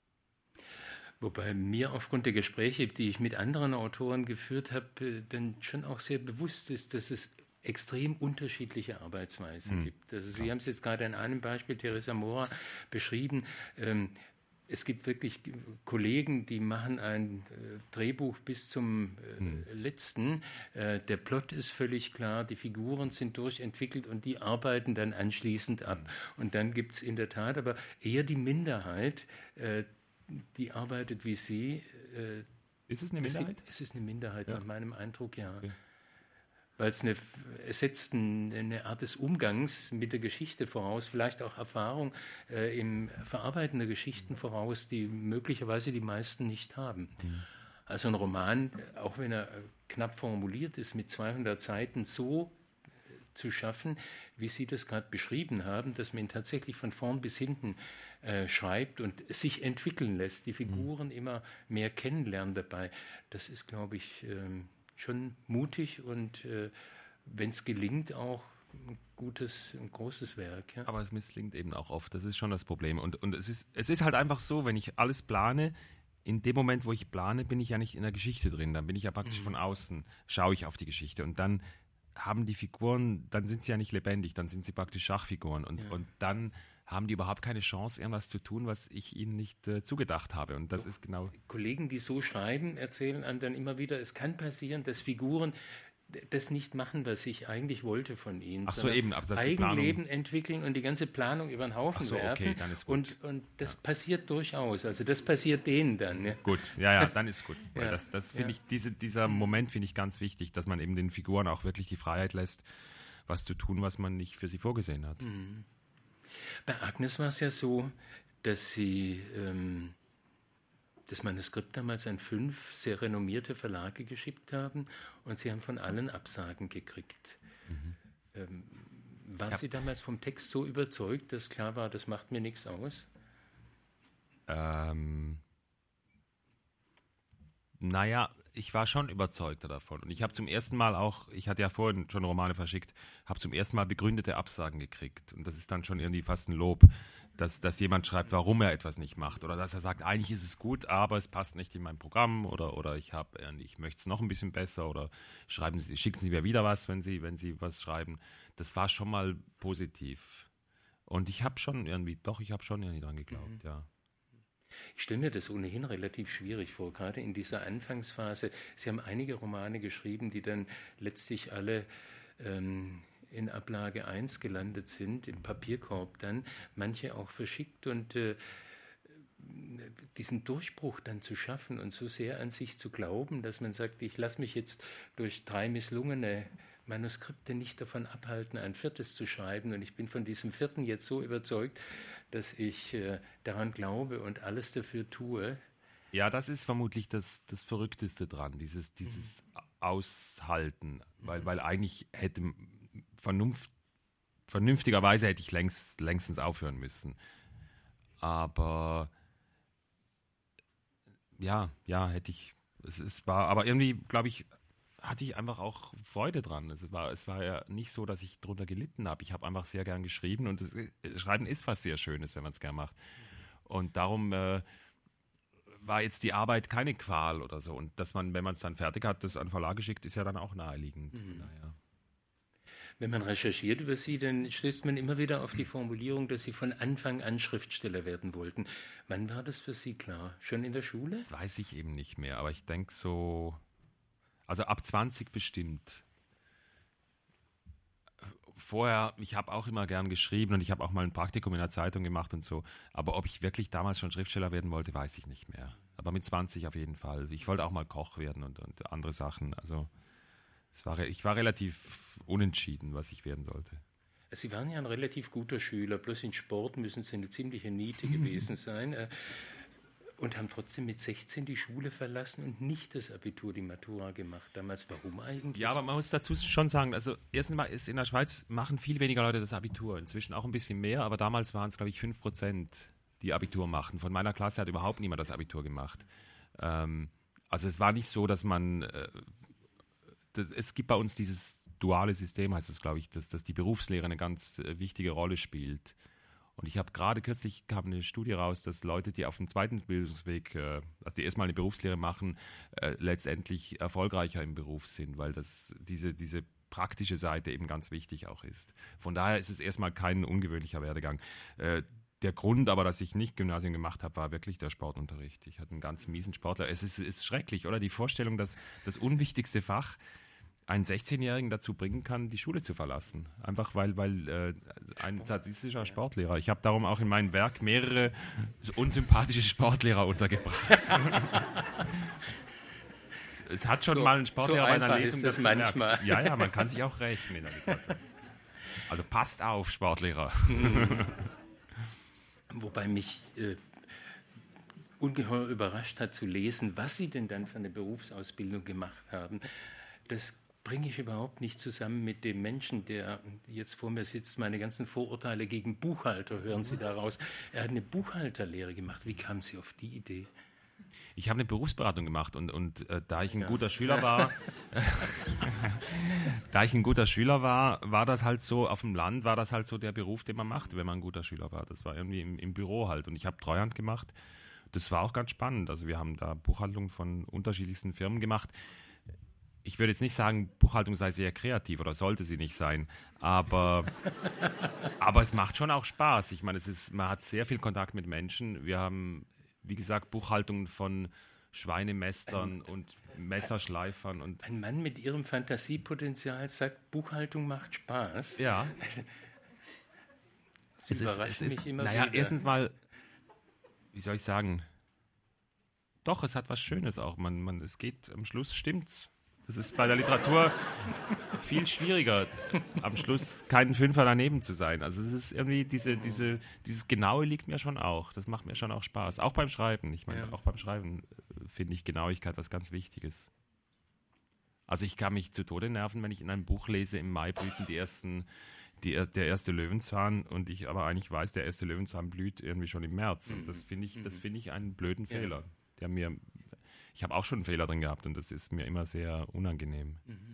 Wobei mir aufgrund der Gespräche, die ich mit anderen Autoren geführt habe, dann schon auch sehr bewusst ist, dass es extrem unterschiedliche Arbeitsweisen hm. gibt. Also Sie ja. haben es jetzt gerade in einem Beispiel, Teresa Mora, beschrieben. Ähm, es gibt wirklich Kollegen, die machen ein äh, Drehbuch bis zum äh, hm. letzten. Äh, der Plot ist völlig klar, die Figuren sind durchentwickelt und die arbeiten dann anschließend ab. Hm. Und dann gibt es in der Tat aber eher die Minderheit, äh, die arbeitet wie Sie. Äh, ist es eine Minderheit? Sie, es ist eine Minderheit, ja. nach meinem Eindruck, ja. Okay. Weil es, eine, es setzt eine, eine Art des Umgangs mit der Geschichte voraus, vielleicht auch Erfahrung äh, im Verarbeiten der Geschichten voraus, die möglicherweise die meisten nicht haben. Mhm. Also ein Roman, auch wenn er knapp formuliert ist, mit zweihundert Seiten so zu schaffen, wie Sie das gerade beschrieben haben, dass man ihn tatsächlich von vorn bis hinten äh, schreibt und sich entwickeln lässt, die Figuren mhm. immer mehr kennenlernen dabei. Das ist, glaube ich, ähm, schon mutig und äh, wenn es gelingt, auch ein gutes, ein großes Werk. Ja. Aber es misslingt eben auch oft, das ist schon das Problem. Und, und es ist, es ist halt einfach so, wenn ich alles plane, in dem Moment, wo ich plane, bin ich ja nicht in der Geschichte drin, dann bin ich ja praktisch mhm. von außen, schaue ich auf die Geschichte und dann haben die Figuren, dann sind sie ja nicht lebendig, dann sind sie praktisch Schachfiguren und, ja. und dann haben die überhaupt keine Chance, irgendwas zu tun, was ich ihnen nicht äh, zugedacht habe. Und das ist genau... Kollegen, die so schreiben, erzählen einem dann immer wieder, es kann passieren, dass Figuren das nicht machen, was ich eigentlich wollte von ihnen. Ach so, eben. Aber das Eigenleben entwickeln und die ganze Planung über den Haufen Ach so, werfen. Okay, dann ist gut. Und, und das ja. passiert durchaus. Also das passiert denen dann. Ja. Gut, ja, ja, dann ist gut. Weil ja. Das, das finde ja. ich, diese, dieser Moment finde ich ganz wichtig, dass man eben den Figuren auch wirklich die Freiheit lässt, was zu tun, was man nicht für sie vorgesehen hat. Mhm. Bei Agnes war es ja so, dass sie ähm, das Manuskript damals an fünf sehr renommierte Verlage geschickt haben und sie haben von allen Absagen gekriegt. Mhm. Ähm, waren Sie damals vom Text so überzeugt, dass klar war, das macht mir nichts aus? Ähm, naja, ich war schon überzeugter davon. Und ich habe zum ersten Mal auch, ich hatte ja vorhin schon Romane verschickt, habe zum ersten Mal begründete Absagen gekriegt. Und das ist dann schon irgendwie fast ein Lob, dass, dass jemand schreibt, warum er etwas nicht macht. Oder dass er sagt, eigentlich ist es gut, aber es passt nicht in mein Programm. Oder, oder ich, hab, ich möchte es noch ein bisschen besser. Oder schreiben Sie, schicken Sie mir wieder was, wenn Sie, wenn Sie was schreiben. Das war schon mal positiv. Und ich habe schon irgendwie, doch, ich habe schon irgendwie dran geglaubt, mhm. ja. Ich stelle mir das ohnehin relativ schwierig vor, gerade in dieser Anfangsphase. Sie haben einige Romane geschrieben, die dann letztlich alle ähm, in Ablage eins gelandet sind, im Papierkorb dann, manche auch verschickt und äh, diesen Durchbruch dann zu schaffen und so sehr an sich zu glauben, dass man sagt, ich lasse mich jetzt durch drei misslungene Manuskripte nicht davon abhalten, ein viertes zu schreiben und ich bin von diesem vierten jetzt so überzeugt, dass ich äh, daran glaube und alles dafür tue. Ja, das ist vermutlich das, das Verrückteste dran, dieses, dieses mhm. Aushalten, weil, weil eigentlich hätte Vernunft, vernünftigerweise hätte ich längst, längstens aufhören müssen. Aber ja, ja, hätte ich, es, es war, aber irgendwie, glaube ich, hatte ich einfach auch Freude dran. Es war, es war ja nicht so, dass ich drunter gelitten habe. Ich habe einfach sehr gern geschrieben und das Schreiben ist was sehr Schönes, wenn man es gern macht. Und darum äh, war jetzt die Arbeit keine Qual oder so. Und dass man, wenn man es dann fertig hat, das an den Verlag geschickt, ist ja dann auch naheliegend. Mhm. Naja. Wenn man recherchiert über Sie, dann stößt man immer wieder auf die Formulierung, dass Sie von Anfang an Schriftsteller werden wollten. Wann war das für Sie klar? Schon in der Schule? Das weiß ich eben nicht mehr, aber ich denke so... Also ab zwanzig bestimmt. Vorher, ich habe auch immer gern geschrieben und ich habe auch mal ein Praktikum in der Zeitung gemacht und so. Aber ob ich wirklich damals schon Schriftsteller werden wollte, weiß ich nicht mehr. aber mit zwanzig auf jeden Fall. Ich wollte auch mal Koch werden und, und andere Sachen. Also es war, ich war relativ unentschieden, was ich werden sollte. Sie waren ja ein relativ guter Schüler, bloß in Sport müssen Sie eine ziemliche Niete gewesen sein. Und haben trotzdem mit sechzehn die Schule verlassen und nicht das Abitur, die Matura gemacht damals. Warum eigentlich? Ja, aber man muss dazu schon sagen, also erstens mal ist in der Schweiz machen viel weniger Leute das Abitur. Inzwischen auch ein bisschen mehr, aber damals waren es, glaube ich, fünf Prozent, die Abitur machen. Von meiner Klasse hat überhaupt niemand das Abitur gemacht. Ähm, also es war nicht so, dass man, äh, das, es gibt bei uns dieses duale System, heißt es, glaube ich, dass, dass die Berufslehre eine ganz äh, wichtige Rolle spielt. Und ich habe gerade kürzlich, kam eine Studie raus, dass Leute, die auf dem zweiten Bildungsweg, äh, also die erstmal eine Berufslehre machen, äh, letztendlich erfolgreicher im Beruf sind, weil das diese, diese praktische Seite eben ganz wichtig auch ist. Von daher ist es erstmal kein ungewöhnlicher Werdegang. Äh, der Grund aber, dass ich nicht Gymnasium gemacht habe, war wirklich der Sportunterricht. Ich hatte einen ganz miesen Sportler. Es ist, ist schrecklich, oder? Die Vorstellung, dass das unwichtigste Fach einen sechzehnjährigen dazu bringen kann, die Schule zu verlassen. Einfach weil, weil äh, ein sadistischer Sportlehrer. Ich habe darum auch in meinem Werk mehrere unsympathische Sportlehrer untergebracht. es, es hat schon so, mal ein Sportlehrer so bei einer Lesung das gemerkt. Manchmal. Ja, ja, man kann sich auch rächen in der Literatur. Also passt auf, Sportlehrer. Wobei mich äh, ungeheuer überrascht hat zu lesen, was Sie denn dann für eine Berufsausbildung gemacht haben. Das bringe ich überhaupt nicht zusammen mit dem Menschen, der jetzt vor mir sitzt. Meine ganzen Vorurteile gegen Buchhalter hören Sie daraus. Er hat eine Buchhalterlehre gemacht. Wie kamen Sie auf die Idee? Ich habe eine Berufsberatung gemacht und, und äh, da ich ein ja. guter Schüler war, da ich ein guter Schüler war, war das halt so, auf dem Land war das halt so der Beruf, den man machte, wenn man ein guter Schüler war. Das war irgendwie im, im Büro halt und ich habe Treuhand gemacht. Das war auch ganz spannend. Also wir haben da Buchhaltung von unterschiedlichsten Firmen gemacht. Ich würde jetzt nicht sagen, Buchhaltung sei sehr kreativ oder sollte sie nicht sein, aber, aber es macht schon auch Spaß. Ich meine, es ist, man hat sehr viel Kontakt mit Menschen. Wir haben, wie gesagt, Buchhaltung von Schweinemästern ein, und Messerschleifern. Und ein Mann mit Ihrem Fantasiepotenzial sagt, Buchhaltung macht Spaß. Ja. Das es überrascht ist, es mich ist, immer naja, wieder. Erstens mal, wie soll ich sagen, doch, es hat was Schönes auch. Man, man, es geht, am Schluss stimmt's. Das ist bei der Literatur viel schwieriger, am Schluss keinen Fünfer daneben zu sein. Also es ist irgendwie, diese, diese, dieses Genaue liegt mir schon auch. Das macht mir schon auch Spaß. Auch beim Schreiben. Ich meine, ja. auch beim Schreiben finde ich Genauigkeit was ganz Wichtiges. Also ich kann mich zu Tode nerven, wenn ich in einem Buch lese, im Mai blühten die ersten, die, der erste Löwenzahn und ich aber eigentlich weiß, der erste Löwenzahn blüht irgendwie schon im März. Und das finde ich, das finde ich einen blöden ja. Fehler, der mir... Ich habe auch schon einen Fehler drin gehabt und das ist mir immer sehr unangenehm. Mhm.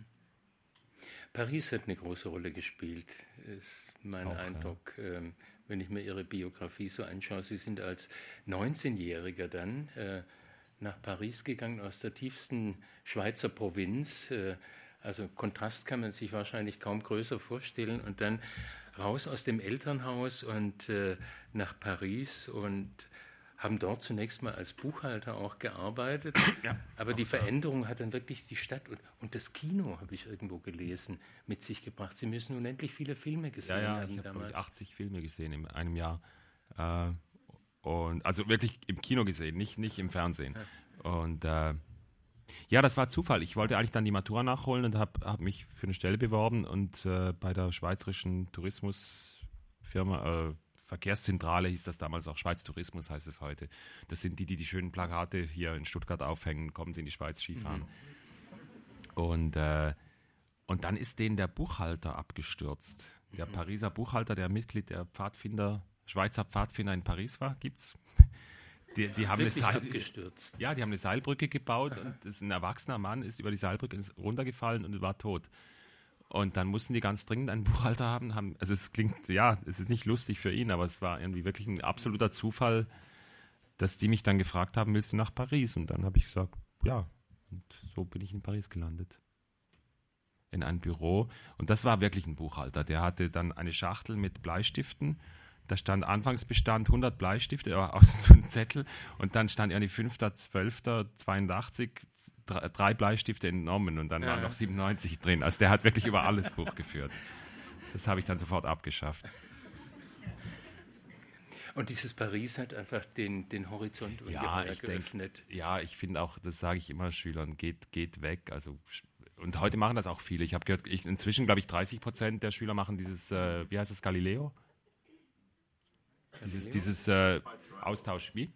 Paris hat eine große Rolle gespielt, ist mein auch, Eindruck, ja. ähm, wenn ich mir Ihre Biografie so anschaue. Sie sind als neunzehnjähriger dann äh, nach Paris gegangen, aus der tiefsten Schweizer Provinz. Äh, also Kontrast kann man sich wahrscheinlich kaum größer vorstellen. Und dann raus aus dem Elternhaus und äh, nach Paris und haben dort zunächst mal als Buchhalter auch gearbeitet, ja, aber die Veränderung hat dann wirklich die Stadt und, und das Kino, habe ich irgendwo gelesen, mit sich gebracht. Sie müssen unendlich viele Filme gesehen ja, ja, haben ich habe damals. achtzig Filme gesehen in einem Jahr. Äh, und, also wirklich im Kino gesehen, nicht, nicht im Fernsehen. Ja. Und äh, ja, das war Zufall. Ich wollte eigentlich dann die Matura nachholen und habe hab mich für eine Stelle beworben und äh, bei der schweizerischen Tourismusfirma, äh, Verkehrszentrale hieß das damals auch, Schweiz Tourismus heißt es heute. Das sind die, die die schönen Plakate hier in Stuttgart aufhängen, kommen Sie in die Schweiz Skifahren. Mhm. Und, äh, und dann ist denen der Buchhalter abgestürzt. Der mhm. Pariser Buchhalter, der Mitglied der Pfadfinder, Schweizer Pfadfinder in Paris war, gibt's. Die, die haben eine Seil- abgestürzt. Ja, die haben eine Seilbrücke gebaut Aha. und das ist ein erwachsener Mann ist über die Seilbrücke runtergefallen und war tot. Und dann mussten die ganz dringend einen Buchhalter haben. haben also es klingt, ja, es ist nicht lustig für ihn, aber es war irgendwie wirklich ein absoluter Zufall, dass die mich dann gefragt haben, willst du nach Paris? Und dann habe ich gesagt, ja. Und so bin ich in Paris gelandet. In ein Büro. Und das war wirklich ein Buchhalter. Der hatte dann eine Schachtel mit Bleistiften. Da stand Anfangsbestand hundert Bleistifte, aber aus so einem Zettel. Und dann stand irgendwie fünfter zwölfter zweiundachtzig, drei Bleistifte entnommen und dann ja. waren noch siebenundneunzig drin. Also der hat wirklich über alles Buch geführt. Das habe ich dann sofort abgeschafft. Und dieses Paris hat einfach den, den Horizont ja, ich geöffnet. Denk, ja, ich finde auch, das sage ich immer Schülern, geht, geht weg. Also, und heute machen das auch viele. Ich habe gehört, ich, inzwischen glaube ich dreißig Prozent der Schüler machen dieses, äh, wie heißt es, Galileo? Galileo? Dieses, dieses äh, Austausch, wie?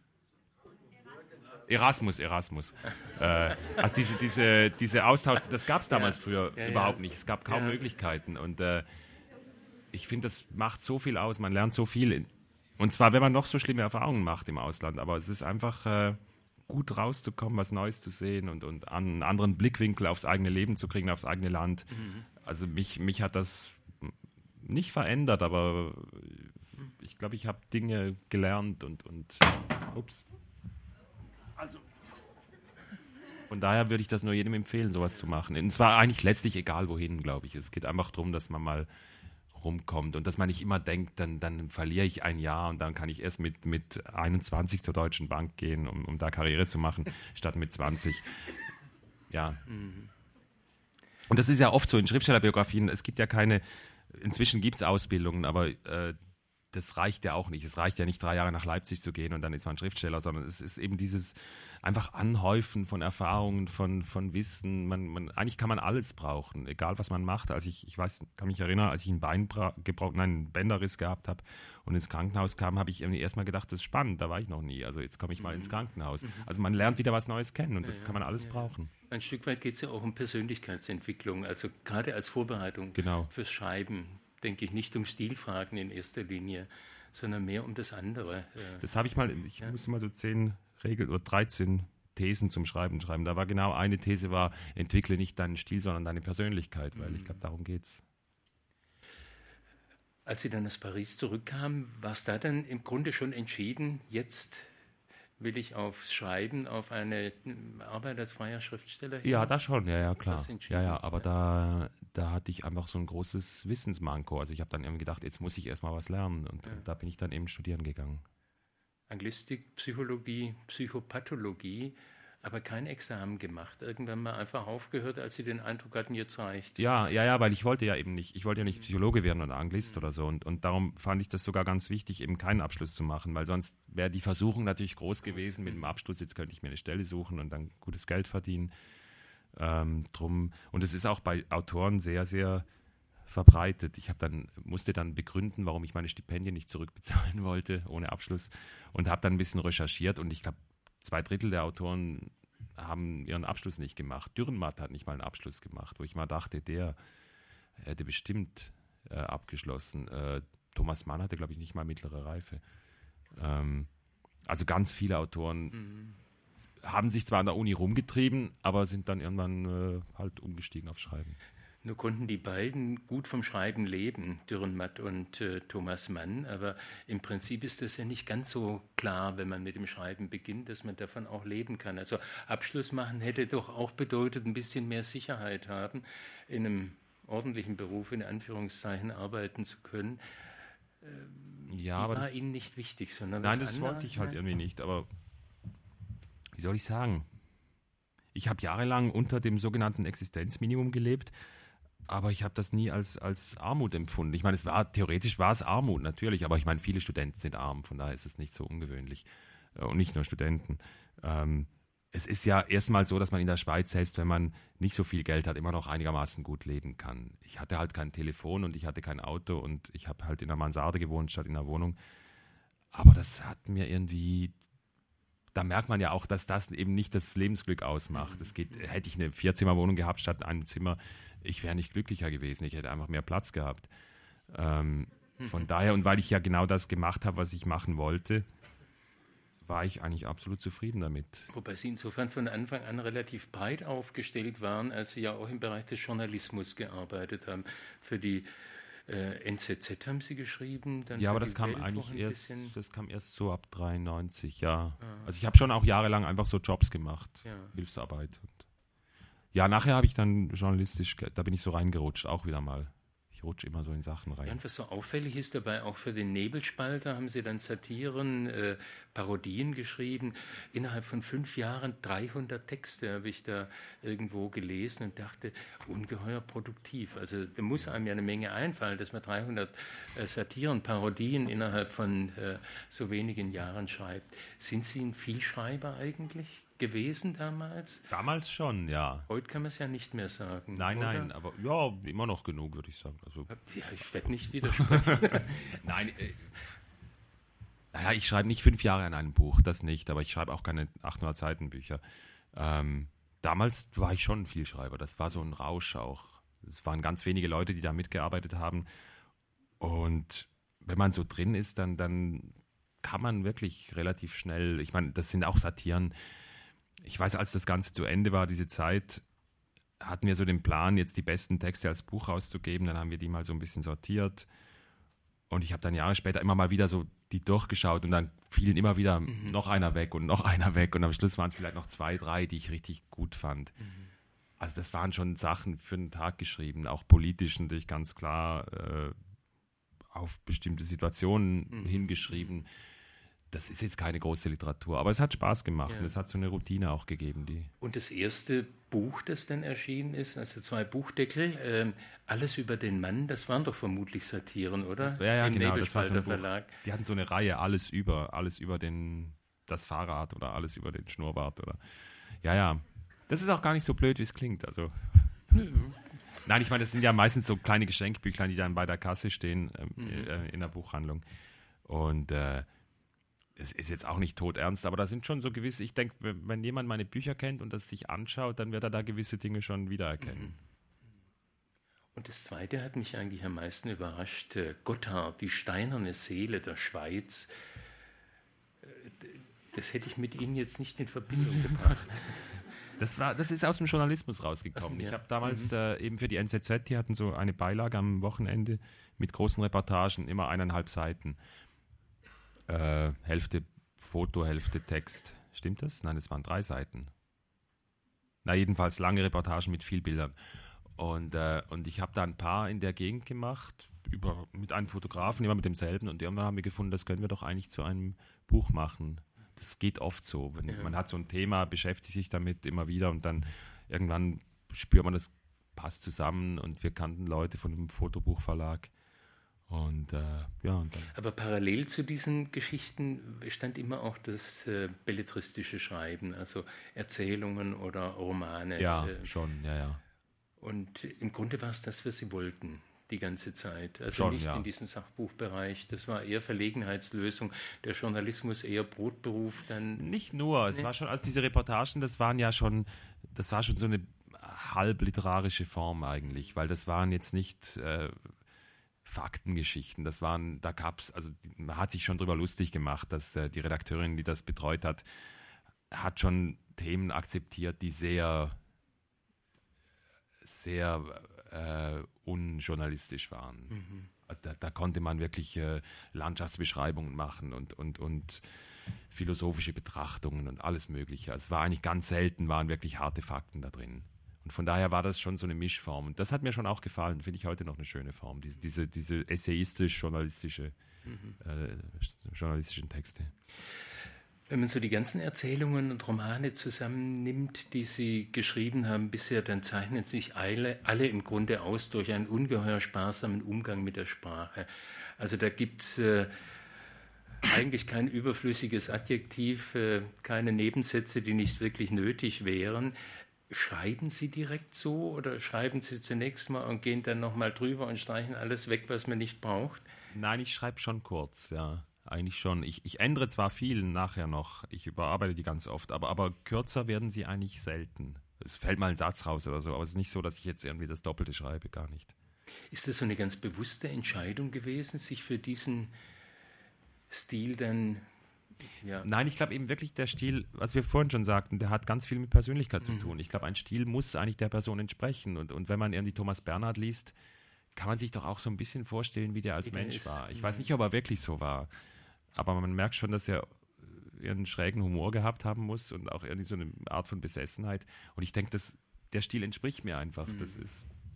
Erasmus, Erasmus. äh, also diese, diese, diese Austausch, das gab es damals ja. früher ja, überhaupt ja. nicht. Es gab kaum ja. Möglichkeiten. Und äh, ich finde, das macht so viel aus. Man lernt so viel. In, und zwar, wenn man noch so schlimme Erfahrungen macht im Ausland. Aber es ist einfach äh, gut rauszukommen, was Neues zu sehen und, und einen anderen Blickwinkel aufs eigene Leben zu kriegen, aufs eigene Land. Mhm. Also mich, mich hat das nicht verändert, aber ich glaube, ich habe Dinge gelernt und, und ups. Also von daher würde ich das nur jedem empfehlen, sowas zu machen. Und zwar eigentlich letztlich egal wohin, glaube ich. Es geht einfach darum, dass man mal rumkommt und dass man nicht immer denkt, dann, dann verliere ich ein Jahr und dann kann ich erst mit, mit einundzwanzig zur Deutschen Bank gehen, um, um da Karriere zu machen, statt mit zwanzig. Ja. Mhm. Und das ist ja oft so in Schriftstellerbiografien. Es gibt ja keine, inzwischen gibt es Ausbildungen, aber äh, das reicht ja auch nicht. Es reicht ja nicht, drei Jahre nach Leipzig zu gehen und dann ist man Schriftsteller, sondern es ist eben dieses einfach Anhäufen von Erfahrungen, von, von Wissen. Man, man, eigentlich kann man alles brauchen, egal was man macht. Also ich, ich weiß, kann mich erinnern, als ich einen Bein gebrochen, nein, einen Bänderriss gehabt habe und ins Krankenhaus kam, habe ich erst mal gedacht, das ist spannend, da war ich noch nie. Also jetzt komme ich mal ins Krankenhaus. Also man lernt wieder was Neues kennen und das ja, kann man alles ja. brauchen. Ein Stück weit geht es ja auch um Persönlichkeitsentwicklung, also gerade als Vorbereitung genau. fürs Schreiben. Denke ich, nicht um Stilfragen in erster Linie, sondern mehr um das andere. Das habe ich mal, ich ja. musste mal so zehn Regeln oder dreizehn Thesen zum Schreiben schreiben. Da war genau eine These war, entwickle nicht deinen Stil, sondern deine Persönlichkeit, weil mhm. ich glaube, darum geht's. Als Sie dann aus Paris zurückkamen, war es da dann im Grunde schon entschieden, jetzt will ich aufs Schreiben, auf eine Arbeit als freier Schriftsteller hin? Ja, da schon, ja, ja, klar. Ja, ja, aber ja. Da, da hatte ich einfach so ein großes Wissensmanko. Also ich habe dann irgendwie gedacht, jetzt muss ich erstmal was lernen. Und, ja. und da bin ich dann eben studieren gegangen. Anglistik, Psychologie, Psychopathologie, aber kein Examen gemacht. Irgendwann mal einfach aufgehört, als Sie den Eindruck hatten, jetzt reicht's. Ja, ja, ja, weil ich wollte ja eben nicht, ich wollte ja nicht Psychologe werden oder Anglist mhm. oder so. Und, und darum fand ich das sogar ganz wichtig, eben keinen Abschluss zu machen, weil sonst wäre die Versuchung natürlich groß gewesen mit dem Abschluss. Jetzt könnte ich mir eine Stelle suchen und dann gutes Geld verdienen. Ähm, drum. Und es ist auch bei Autoren sehr, sehr verbreitet. Ich habe dann, musste dann begründen, warum ich meine Stipendien nicht zurückbezahlen wollte, ohne Abschluss. Und habe dann ein bisschen recherchiert und ich glaube, zwei Drittel der Autoren haben ihren Abschluss nicht gemacht. Dürrenmatt hat nicht mal einen Abschluss gemacht, wo ich mal dachte, der hätte bestimmt äh, abgeschlossen. Äh, Thomas Mann hatte, glaube ich, nicht mal mittlere Reife. Ähm, also ganz viele Autoren mhm. haben sich zwar an der Uni rumgetrieben, aber sind dann irgendwann äh, halt umgestiegen auf Schreiben. Nur konnten die beiden gut vom Schreiben leben, Dürrenmatt und äh, Thomas Mann. Aber im Prinzip ist das ja nicht ganz so klar, wenn man mit dem Schreiben beginnt, dass man davon auch leben kann. Also Abschluss machen hätte doch auch bedeutet, ein bisschen mehr Sicherheit haben, in einem ordentlichen Beruf, in Anführungszeichen, arbeiten zu können. Ähm, ja, die aber war das, Ihnen nicht wichtig, sondern nein, das wollte ich halt irgendwie nicht. Aber wie soll ich sagen? Ich habe jahrelang unter dem sogenannten Existenzminimum gelebt. Aber ich habe das nie als, als Armut empfunden. Ich meine, es war, theoretisch war es Armut, natürlich, aber ich meine, viele Studenten sind arm, von daher ist es nicht so ungewöhnlich. Und nicht nur Studenten. Ähm, es ist ja erstmal so, dass man in der Schweiz, selbst wenn man nicht so viel Geld hat, immer noch einigermaßen gut leben kann. Ich hatte halt kein Telefon und ich hatte kein Auto und ich habe halt in einer Mansarde gewohnt statt in einer Wohnung. Aber das hat mir irgendwie... Da merkt man ja auch, dass das eben nicht das Lebensglück ausmacht. Es geht, hätte ich eine Vierzimmerwohnung gehabt statt einem Zimmer, ich wäre nicht glücklicher gewesen. Ich hätte einfach mehr Platz gehabt. Ähm, von daher, und weil ich ja genau das gemacht habe, was ich machen wollte, war ich eigentlich absolut zufrieden damit. Wobei Sie insofern von Anfang an relativ breit aufgestellt waren, als Sie ja auch im Bereich des Journalismus gearbeitet haben. Für die Äh, N Z Z haben Sie geschrieben? Dann ja, aber das kam eigentlich erst, das kam erst so ab dreiundneunzig, ja. Ah. Also ich habe schon auch jahrelang einfach so Jobs gemacht, ja. Hilfsarbeit. Und ja, nachher habe ich dann journalistisch, da bin ich so reingerutscht, auch wieder mal. Ich ich rutsche immer so in Sachen rein. Ja, und was so auffällig ist dabei, auch für den Nebelspalter haben Sie dann Satiren, äh, Parodien geschrieben. Innerhalb von fünf Jahren dreihundert Texte habe ich da irgendwo gelesen und dachte, ungeheuer produktiv. Also da muss einem ja eine Menge einfallen, dass man dreihundert äh, Satiren, Parodien innerhalb von äh, so wenigen Jahren schreibt. Sind Sie ein Vielschreiber eigentlich gewesen damals? Damals schon, ja. Heute kann man es ja nicht mehr sagen. Nein, oder? nein, aber ja, immer noch genug, würde ich sagen. Also, ja, ich werde nicht widersprechen. Nein, äh, naja, ich schreibe nicht fünf Jahre an einem Buch, das nicht, aber ich schreibe auch keine achthundert Seiten Bücher. Ähm, damals war ich schon ein Vielschreiber, das war so ein Rausch auch. Es waren ganz wenige Leute, die da mitgearbeitet haben und wenn man so drin ist, dann, dann kann man wirklich relativ schnell, ich meine, das sind auch Satiren. Ich weiß, als das Ganze zu Ende war, diese Zeit, hatten wir so den Plan, jetzt die besten Texte als Buch rauszugeben. Dann haben wir die mal so ein bisschen sortiert. Und ich habe dann Jahre später immer mal wieder so die durchgeschaut und dann fielen immer wieder mhm. noch einer weg und noch einer weg. Und am Schluss waren es vielleicht noch zwei, drei, die ich richtig gut fand. Mhm. Also das waren schon Sachen für den Tag geschrieben, auch politisch natürlich ganz klar äh, auf bestimmte Situationen mhm. hingeschrieben. Das ist jetzt keine große Literatur, aber es hat Spaß gemacht ja. und es hat so eine Routine auch gegeben. Die und das erste Buch, das dann erschienen ist, also zwei Buchdeckel, äh, Alles über den Mann, das waren doch vermutlich Satiren, oder? Das, ja, ja, Im genau, das war so ein Verlag. Buch. Die hatten so eine Reihe, alles über, alles über den, das Fahrrad oder alles über den Schnurrbart. Oder ja, ja. Das ist auch gar nicht so blöd, wie es klingt. Also nein, ich meine, das sind ja meistens so kleine Geschenkbüchlein, die dann bei der Kasse stehen ähm, mhm. äh, in der Buchhandlung. Und äh, es ist jetzt auch nicht todernst, aber da sind schon so gewisse, ich denke, wenn jemand meine Bücher kennt und das sich anschaut, dann wird er da gewisse Dinge schon wiedererkennen. Und das Zweite hat mich eigentlich am meisten überrascht. Gotthard, die steinerne Seele der Schweiz. Das hätte ich mit Ihnen jetzt nicht in Verbindung gebracht. Das, war, das ist aus dem Journalismus rausgekommen. Also, ja. Ich habe damals mhm. äh, eben für die N Z Z, die hatten so eine Beilage am Wochenende mit großen Reportagen, immer eineinhalb Seiten. Äh, Hälfte Foto, Hälfte Text. Stimmt das? Nein, es waren drei Seiten. Na, jedenfalls lange Reportagen mit viel Bildern. Und, äh, und ich habe da ein paar in der Gegend gemacht, über, mit einem Fotografen, immer mit demselben. Und irgendwann haben wir gefunden, das können wir doch eigentlich zu einem Buch machen. Das geht oft so. Wenn, ja. Man hat so ein Thema, beschäftigt sich damit immer wieder und dann irgendwann spürt man, das passt zusammen. Und wir kannten Leute von einem Fotobuchverlag. Und, äh, ja, und dann aber parallel zu diesen Geschichten stand immer auch das äh, belletristische Schreiben, also Erzählungen oder Romane. Ja, äh, schon, ja, ja. Und im Grunde war es das, was Sie wollten, die ganze Zeit. Also schon, nicht ja. in diesem Sachbuchbereich. Das war eher Verlegenheitslösung. Der Journalismus eher Brotberuf. Dann nicht nur, es nee. war schon, also diese Reportagen, das waren ja schon, das war schon so eine halbliterarische Form eigentlich, weil das waren jetzt nicht äh, Faktengeschichten, das waren, da gab es, also man hat sich schon drüber lustig gemacht, dass äh, die Redakteurin, die das betreut hat, hat schon Themen akzeptiert, die sehr, sehr äh, unjournalistisch waren. Mhm. Also da, da konnte man wirklich äh, Landschaftsbeschreibungen machen und, und, und philosophische Betrachtungen und alles Mögliche. Also es war eigentlich ganz selten, waren wirklich harte Fakten da drin. Und von daher war das schon so eine Mischform. Und das hat mir schon auch gefallen, finde ich heute noch eine schöne Form, diese, diese, diese essayistisch-journalistische mhm. äh, journalistischen Texte. Wenn man so die ganzen Erzählungen und Romane zusammennimmt, die Sie geschrieben haben bisher, dann zeichnen sich alle, alle im Grunde aus durch einen ungeheuer sparsamen Umgang mit der Sprache. Also da gibt es äh, eigentlich kein überflüssiges Adjektiv, äh, keine Nebensätze, die nicht wirklich nötig wären. Schreiben Sie direkt so oder schreiben Sie zunächst mal und gehen dann nochmal drüber und streichen alles weg, was man nicht braucht? Nein, ich schreibe schon kurz, ja, eigentlich schon. Ich, ich ändere zwar viel nachher noch, ich überarbeite die ganz oft, aber, aber kürzer werden sie eigentlich selten. Es fällt mal ein Satz raus oder so, aber es ist nicht so, dass ich jetzt irgendwie das Doppelte schreibe, gar nicht. Ist das so eine ganz bewusste Entscheidung gewesen, sich für diesen Stil dann... Ja. Nein, ich glaube eben wirklich, der Stil, was wir vorhin schon sagten, der hat ganz viel mit Persönlichkeit zu tun. Mhm. Ich glaube, ein Stil muss eigentlich der Person entsprechen. Und, und wenn man irgendwie Thomas Bernhard liest, kann man sich doch auch so ein bisschen vorstellen, wie der als wie Mensch ist, war. Ich ja. weiß nicht, ob er wirklich so war. Aber man merkt schon, dass er einen schrägen Humor gehabt haben muss und auch irgendwie so eine Art von Besessenheit. Und ich denke, der Stil entspricht mir einfach. Mhm. Das ist,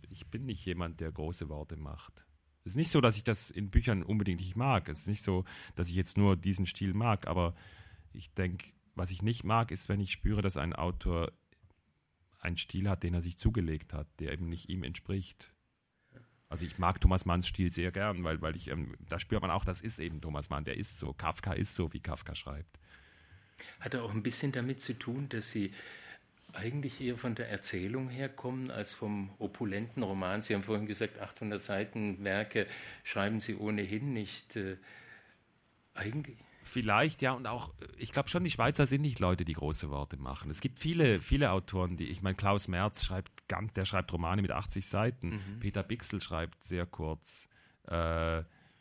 ich bin nicht jemand, der große Worte macht. Es ist nicht so, dass ich das in Büchern unbedingt nicht mag. Es ist nicht so, dass ich jetzt nur diesen Stil mag. Aber ich denke, was ich nicht mag, ist, wenn ich spüre, dass ein Autor einen Stil hat, den er sich zugelegt hat, der eben nicht ihm entspricht. Also ich mag Thomas Manns Stil sehr gern, weil, weil ich, ähm, da spürt man auch, das ist eben Thomas Mann, der ist so. Kafka ist so, wie Kafka schreibt. Hat er auch ein bisschen damit zu tun, dass Sie eigentlich eher von der Erzählung herkommen als vom opulenten Roman? Sie haben vorhin gesagt, achthundert Seiten Werke schreiben Sie ohnehin nicht. Äh, eigentlich... Vielleicht, ja, und auch, ich glaube schon, die Schweizer sind nicht Leute, die große Worte machen. Es gibt viele, viele Autoren, die, ich meine, Klaus Merz schreibt ganz, der schreibt Romane mit achtzig Seiten. Mhm. Peter Bixel schreibt sehr kurz. Äh,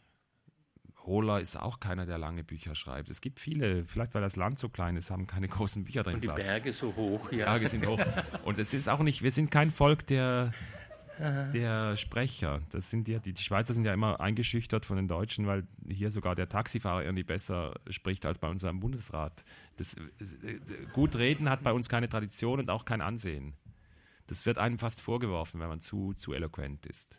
Hohler ist auch keiner, der lange Bücher schreibt. Es gibt viele, vielleicht weil das Land so klein ist, haben keine großen Bücher drin. Und die Platz. Berge so hoch, ja. Die Berge sind hoch. Und es ist auch nicht, wir sind kein Volk der... Der Sprecher, das sind ja, die, die Schweizer sind ja immer eingeschüchtert von den Deutschen, weil hier sogar der Taxifahrer irgendwie besser spricht als bei unserem Bundesrat. Das, gut reden hat bei uns keine Tradition und auch kein Ansehen. Das wird einem fast vorgeworfen, wenn man zu, zu eloquent ist.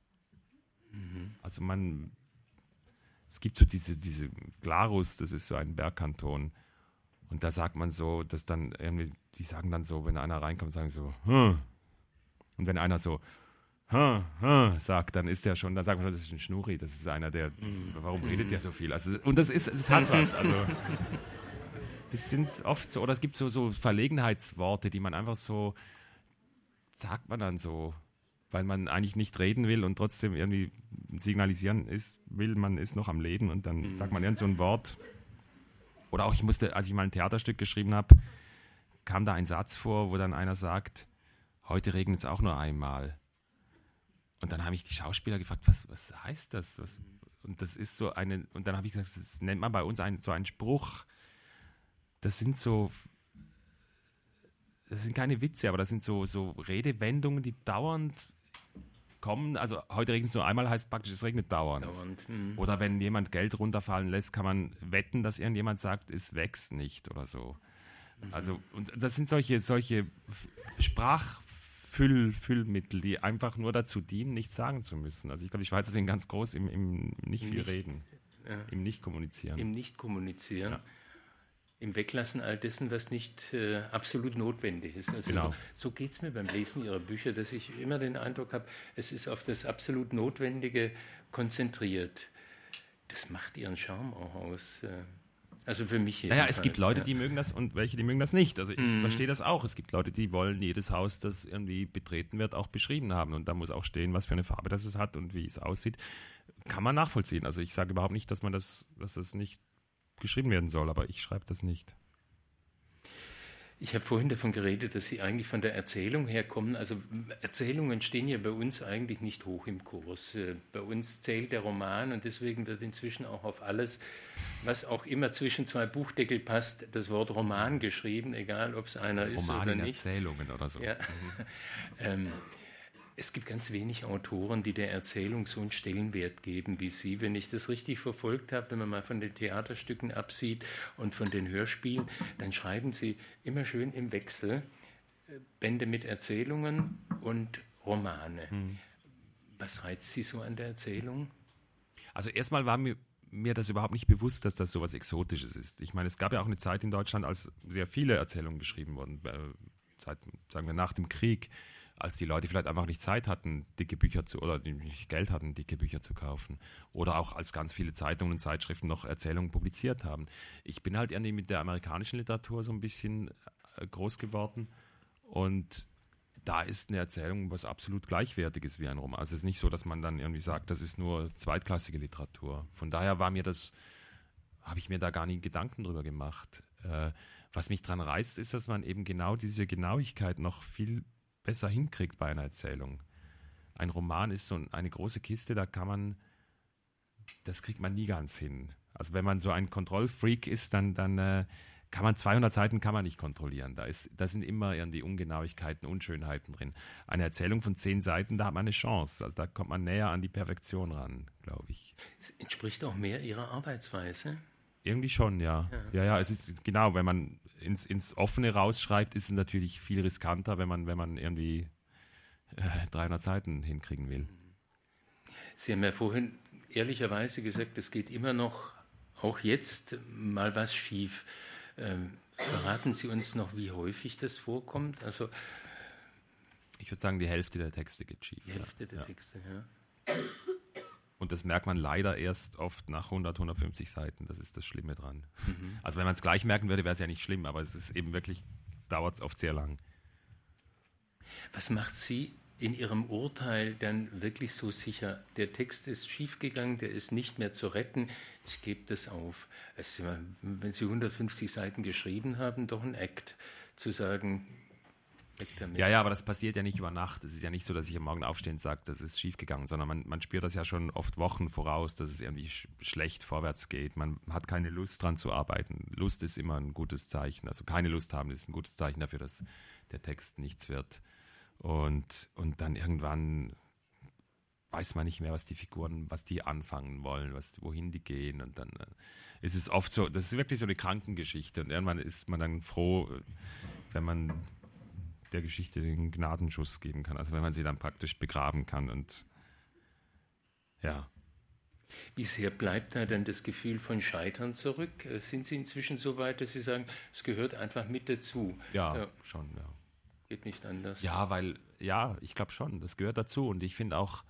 Mhm. Also man, es gibt so diese, diese Glarus, das ist so ein Bergkanton, und da sagt man so, dass dann irgendwie, die sagen dann so, wenn einer reinkommt, sagen so, hm. Und wenn einer so ha, ha, sagt, dann ist der schon, dann sagt man, das ist ein Schnurri, das ist einer, der, warum redet der so viel? Also, und das ist, es hat was. Also, das sind oft so, oder es gibt so, so Verlegenheitsworte, die man einfach so, sagt man dann so, weil man eigentlich nicht reden will und trotzdem irgendwie signalisieren ist, will, man ist noch am Leben, und dann sagt man irgend so ein Wort. Oder auch, ich musste, als ich mal ein Theaterstück geschrieben habe, kam da ein Satz vor, wo dann einer sagt, heute regnet es auch nur einmal. Und dann habe ich die Schauspieler gefragt, was, was heißt das? Was? Und das ist so eine, und dann habe ich gesagt, das nennt man bei uns ein, so einen Spruch. Das sind so, das sind keine Witze, aber das sind so, so Redewendungen, die dauernd kommen. Also heute regnet es nur einmal, heißt praktisch, es regnet dauernd. dauernd. Mhm. Oder wenn jemand Geld runterfallen lässt, kann man wetten, dass irgendjemand sagt, es wächst nicht oder so. Mhm. Also, und das sind solche, solche Sprach- Füll, Füllmittel, die einfach nur dazu dienen, nichts sagen zu müssen. Also ich glaube, die Schweizer sind ganz groß im, im nicht Im viel nicht, reden, ja. im Nicht-Kommunizieren. Im Nicht-Kommunizieren, ja. Im Weglassen all dessen, was nicht äh, absolut notwendig ist. Also genau. So geht es mir beim Lesen Ihrer Bücher, dass ich immer den Eindruck habe, es ist auf das absolut Notwendige konzentriert. Das macht Ihren Charme auch aus. Äh, Also für mich jedenfalls. Naja, es gibt Leute, ja. die mögen das und welche, die mögen das nicht. Also ich mhm. verstehe das auch. Es gibt Leute, die wollen jedes Haus, das irgendwie betreten wird, auch beschrieben haben. Und da muss auch stehen, was für eine Farbe das es hat und wie es aussieht. Kann man nachvollziehen. Also ich sage überhaupt nicht, dass man das, dass das nicht geschrieben werden soll, aber ich schreibe das nicht. Ich habe vorhin davon geredet, dass Sie eigentlich von der Erzählung herkommen. Also Erzählungen stehen ja bei uns eigentlich nicht hoch im Kurs. Bei uns zählt der Roman, und deswegen wird inzwischen auch auf alles, was auch immer zwischen zwei Buchdeckel passt, das Wort Roman geschrieben, egal ob es einer Roman ist oder nicht. Erzählungen oder so. Ja. Mhm. ähm, Es gibt ganz wenig Autoren, die der Erzählung so einen Stellenwert geben wie Sie. Wenn ich das richtig verfolgt habe, wenn man mal von den Theaterstücken absieht und von den Hörspielen, dann schreiben Sie immer schön im Wechsel Bände mit Erzählungen und Romane. Hm. Was reizt Sie so an der Erzählung? Also erstmal war mir, mir das überhaupt nicht bewusst, dass das so was Exotisches ist. Ich meine, es gab ja auch eine Zeit in Deutschland, als sehr viele Erzählungen geschrieben wurden, seit, sagen wir, nach dem Krieg, als die Leute vielleicht einfach nicht Zeit hatten, dicke Bücher zu, oder nicht Geld hatten, dicke Bücher zu kaufen. Oder auch als ganz viele Zeitungen und Zeitschriften noch Erzählungen publiziert haben. Ich bin halt irgendwie mit der amerikanischen Literatur so ein bisschen groß geworden, und da ist eine Erzählung was absolut Gleichwertiges wie ein Roman. Also es ist nicht so, dass man dann irgendwie sagt, das ist nur zweitklassige Literatur. Von daher war mir das, habe ich mir da gar nie Gedanken drüber gemacht. Äh, was mich dran reizt, ist, dass man eben genau diese Genauigkeit noch viel besser hinkriegt bei einer Erzählung. Ein Roman ist so eine große Kiste, da kann man, das kriegt man nie ganz hin. Also wenn man so ein Kontrollfreak ist, dann, dann äh, kann man zweihundert Seiten kann man nicht kontrollieren. Da, ist, da sind immer irgendwie Ungenauigkeiten, Unschönheiten drin. Eine Erzählung von zehn Seiten, da hat man eine Chance. Also da kommt man näher an die Perfektion ran, glaube ich. Es entspricht auch mehr Ihrer Arbeitsweise? Irgendwie schon, ja. Ja, ja, ja, es ist genau, wenn man ins, ins Offene rausschreibt, ist es natürlich viel riskanter, wenn man, wenn man irgendwie äh, dreihundert Seiten hinkriegen will. Sie haben ja vorhin ehrlicherweise gesagt, es geht immer noch, auch jetzt, mal was schief. Ähm, verraten Sie uns noch, wie häufig das vorkommt? Also ich würde sagen, die Hälfte der Texte geht schief. Die Hälfte ja. der ja. Texte, ja. Und das merkt man leider erst oft nach hundert, hundertfünfzig Seiten. Das ist das Schlimme dran. Mhm. Also wenn man es gleich merken würde, wäre es ja nicht schlimm, aber es ist eben wirklich, dauert es oft sehr lang. Was macht Sie in Ihrem Urteil dann wirklich so sicher? Der Text ist schiefgegangen, der ist nicht mehr zu retten, ich gebe das auf. Also, wenn Sie hundertfünfzig Seiten geschrieben haben, doch ein Act, zu sagen, Ja, ja, aber das passiert ja nicht über Nacht. Es ist ja nicht so, dass ich am Morgen aufstehe und sage, das ist schiefgegangen, sondern man, man spürt das ja schon oft Wochen voraus, dass es irgendwie sch- schlecht vorwärts geht. Man hat keine Lust dran zu arbeiten. Lust ist immer ein gutes Zeichen. Also keine Lust haben ist ein gutes Zeichen dafür, dass der Text nichts wird. Und, und dann irgendwann weiß man nicht mehr, was die Figuren, was die anfangen wollen, was, wohin die gehen. Und dann äh, ist es oft so, das ist wirklich so eine Krankengeschichte. Und irgendwann ist man dann froh, wenn man der Geschichte den Gnadenschuss geben kann. Also wenn man sie dann praktisch begraben kann und ja. Wie sehr bleibt da dann das Gefühl von Scheitern zurück? Sind Sie inzwischen so weit, dass Sie sagen, es gehört einfach mit dazu? Ja, da schon, ja. Geht nicht anders? Ja, weil, ja, ich glaube schon, das gehört dazu. Und ich finde auch,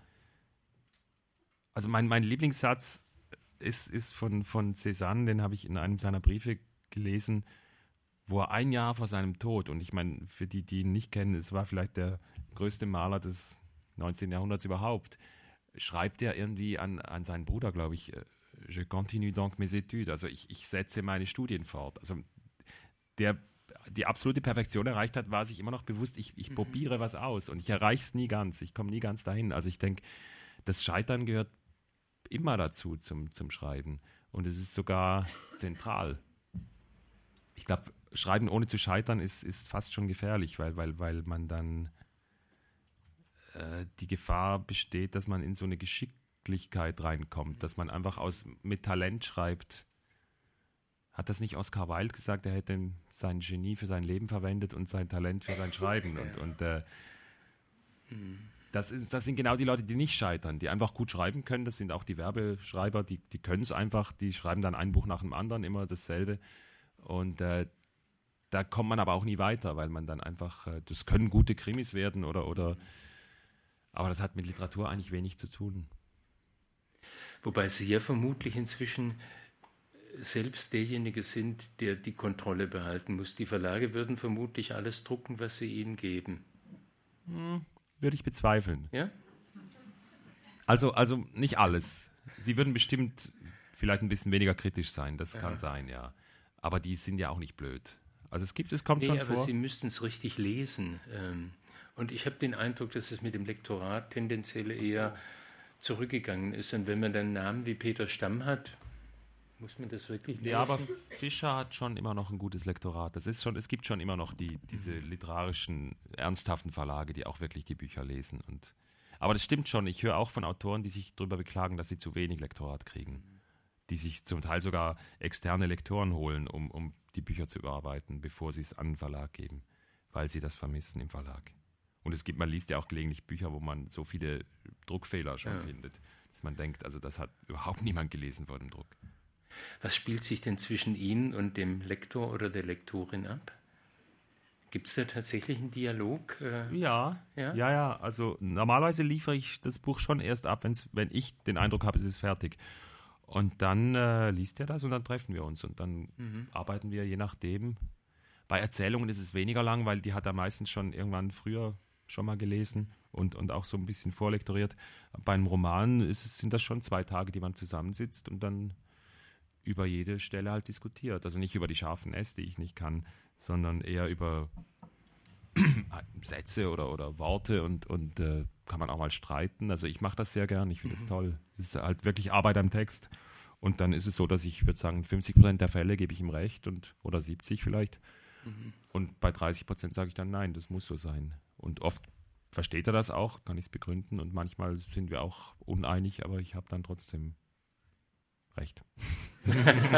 also mein, mein Lieblingssatz ist, ist von, von Cézanne, den habe ich in einem seiner Briefe gelesen, wo er ein Jahr vor seinem Tod, und ich meine, für die, die ihn nicht kennen, es war vielleicht der größte Maler des neunzehnten Jahrhunderts überhaupt, schreibt er irgendwie an, an seinen Bruder, glaube ich, Je continue donc mes études, also ich, ich setze meine Studien fort. Also der die absolute Perfektion erreicht hat, war sich immer noch bewusst, ich, ich mhm. probiere was aus und ich erreiche es nie ganz, ich komme nie ganz dahin. Also ich denke, das Scheitern gehört immer dazu zum, zum Schreiben und es ist sogar zentral. Ich glaube, Schreiben ohne zu scheitern ist, ist fast schon gefährlich, weil, weil, weil man dann äh, die Gefahr besteht, dass man in so eine Geschicklichkeit reinkommt, dass man einfach aus, mit Talent schreibt. Hat das nicht Oscar Wilde gesagt, er hätte sein Genie für sein Leben verwendet und sein Talent für sein Schreiben? Und, und äh, das, ist, das sind genau die Leute, die nicht scheitern, die einfach gut schreiben können. Das sind auch die Werbeschreiber, die, die können es einfach, die schreiben dann ein Buch nach dem anderen, immer dasselbe. Und äh, da kommt man aber auch nie weiter, weil man dann einfach, äh, das können gute Krimis werden oder, oder, aber das hat mit Literatur eigentlich wenig zu tun. Wobei Sie ja vermutlich inzwischen selbst derjenige sind, der die Kontrolle behalten muss. Die Verlage würden vermutlich alles drucken, was sie ihnen geben. Hm, würde ich bezweifeln. Ja? Also, also nicht alles. Sie würden bestimmt vielleicht ein bisschen weniger kritisch sein, das ja. kann sein, ja. Aber die sind ja auch nicht blöd. Also es gibt, es kommt nee, schon aber vor. Sie müssten es richtig lesen. Und ich habe den Eindruck, dass es mit dem Lektorat tendenziell eher zurückgegangen ist. Und wenn man dann Namen wie Peter Stamm hat, muss man das wirklich lesen? Ja, aber Fischer hat schon immer noch ein gutes Lektorat. Das ist schon, es gibt schon immer noch die, diese literarischen, ernsthaften Verlage, die auch wirklich die Bücher lesen. Und, aber das stimmt schon. Ich höre auch von Autoren, die sich darüber beklagen, dass sie zu wenig Lektorat kriegen. Die sich zum Teil sogar externe Lektoren holen, um, um die Bücher zu überarbeiten, bevor sie es an den Verlag geben, weil sie das vermissen im Verlag. Und es gibt, man liest ja auch gelegentlich Bücher, wo man so viele Druckfehler schon ja. findet, dass man denkt, also das hat überhaupt niemand gelesen vor dem Druck. Was spielt sich denn zwischen Ihnen und dem Lektor oder der Lektorin ab? Gibt es da tatsächlich einen Dialog? Äh, ja, ja, ja, ja. Also normalerweise liefere ich das Buch schon erst ab, wenn's, wenn ich den Eindruck habe, es ist fertig. Und dann äh, liest er das und dann treffen wir uns und dann mhm. arbeiten wir je nachdem. Bei Erzählungen ist es weniger lang, weil die hat er meistens schon irgendwann früher schon mal gelesen und, und auch so ein bisschen vorlektoriert. Bei einem Roman ist es, sind das schon zwei Tage, die man zusammensitzt und dann über jede Stelle halt diskutiert. Also nicht über die scharfen S, die ich nicht kann, sondern eher über Sätze oder, oder Worte und, und äh, kann man auch mal streiten. Also ich mache das sehr gern, ich finde es mhm. toll. Es ist halt wirklich Arbeit am Text. Und dann ist es so, dass ich würde sagen, fünfzig Prozent der Fälle gebe ich ihm recht und, oder siebzig vielleicht. Mhm. Und bei dreißig Prozent sage ich dann, nein, das muss so sein. Und oft versteht er das auch, kann ich es begründen. Und manchmal sind wir auch uneinig, aber ich habe dann trotzdem recht.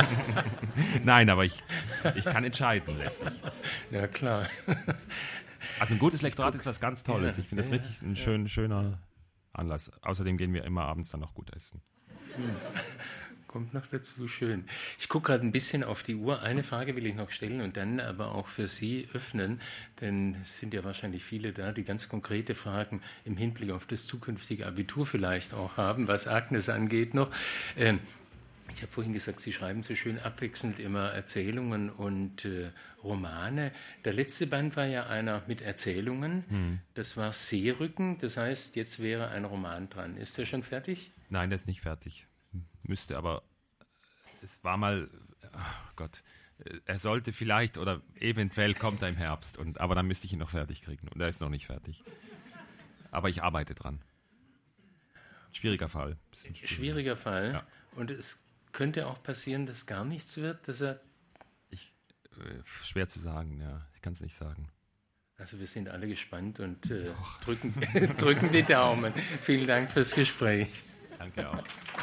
Nein, aber ich, ich kann entscheiden letztlich. Ja, klar. Also ein gutes Lektorat ist was ganz Tolles. Ja, ich finde das ja, richtig ein ja. schön, schöner Anlass. Außerdem gehen wir immer abends dann noch gut essen. Hm. Kommt noch dazu, schön. Ich gucke gerade ein bisschen auf die Uhr. Eine Frage will ich noch stellen und dann aber auch für Sie öffnen, denn es sind ja wahrscheinlich viele da, die ganz konkrete Fragen im Hinblick auf das zukünftige Abitur vielleicht auch haben, was Agnes angeht noch. Ähm, ich habe vorhin gesagt, Sie schreiben so schön abwechselnd immer Erzählungen und äh, Romane. Der letzte Band war ja einer mit Erzählungen. Hm. Das war Seerücken, das heißt, jetzt wäre ein Roman dran. Ist der schon fertig? Nein, der ist nicht fertig. Müsste, aber es war mal, oh Gott, er sollte vielleicht oder eventuell kommt er im Herbst, und, aber dann müsste ich ihn noch fertig kriegen und er ist noch nicht fertig. Aber ich arbeite dran. Schwieriger Fall. Schwieriger, schwieriger Fall. Ja. Und es könnte auch passieren, dass gar nichts wird, dass er... Ich, äh, schwer zu sagen, ja. Ich kann es nicht sagen. Also wir sind alle gespannt und äh, drücken, drücken die Daumen. Vielen Dank fürs Gespräch. Danke auch.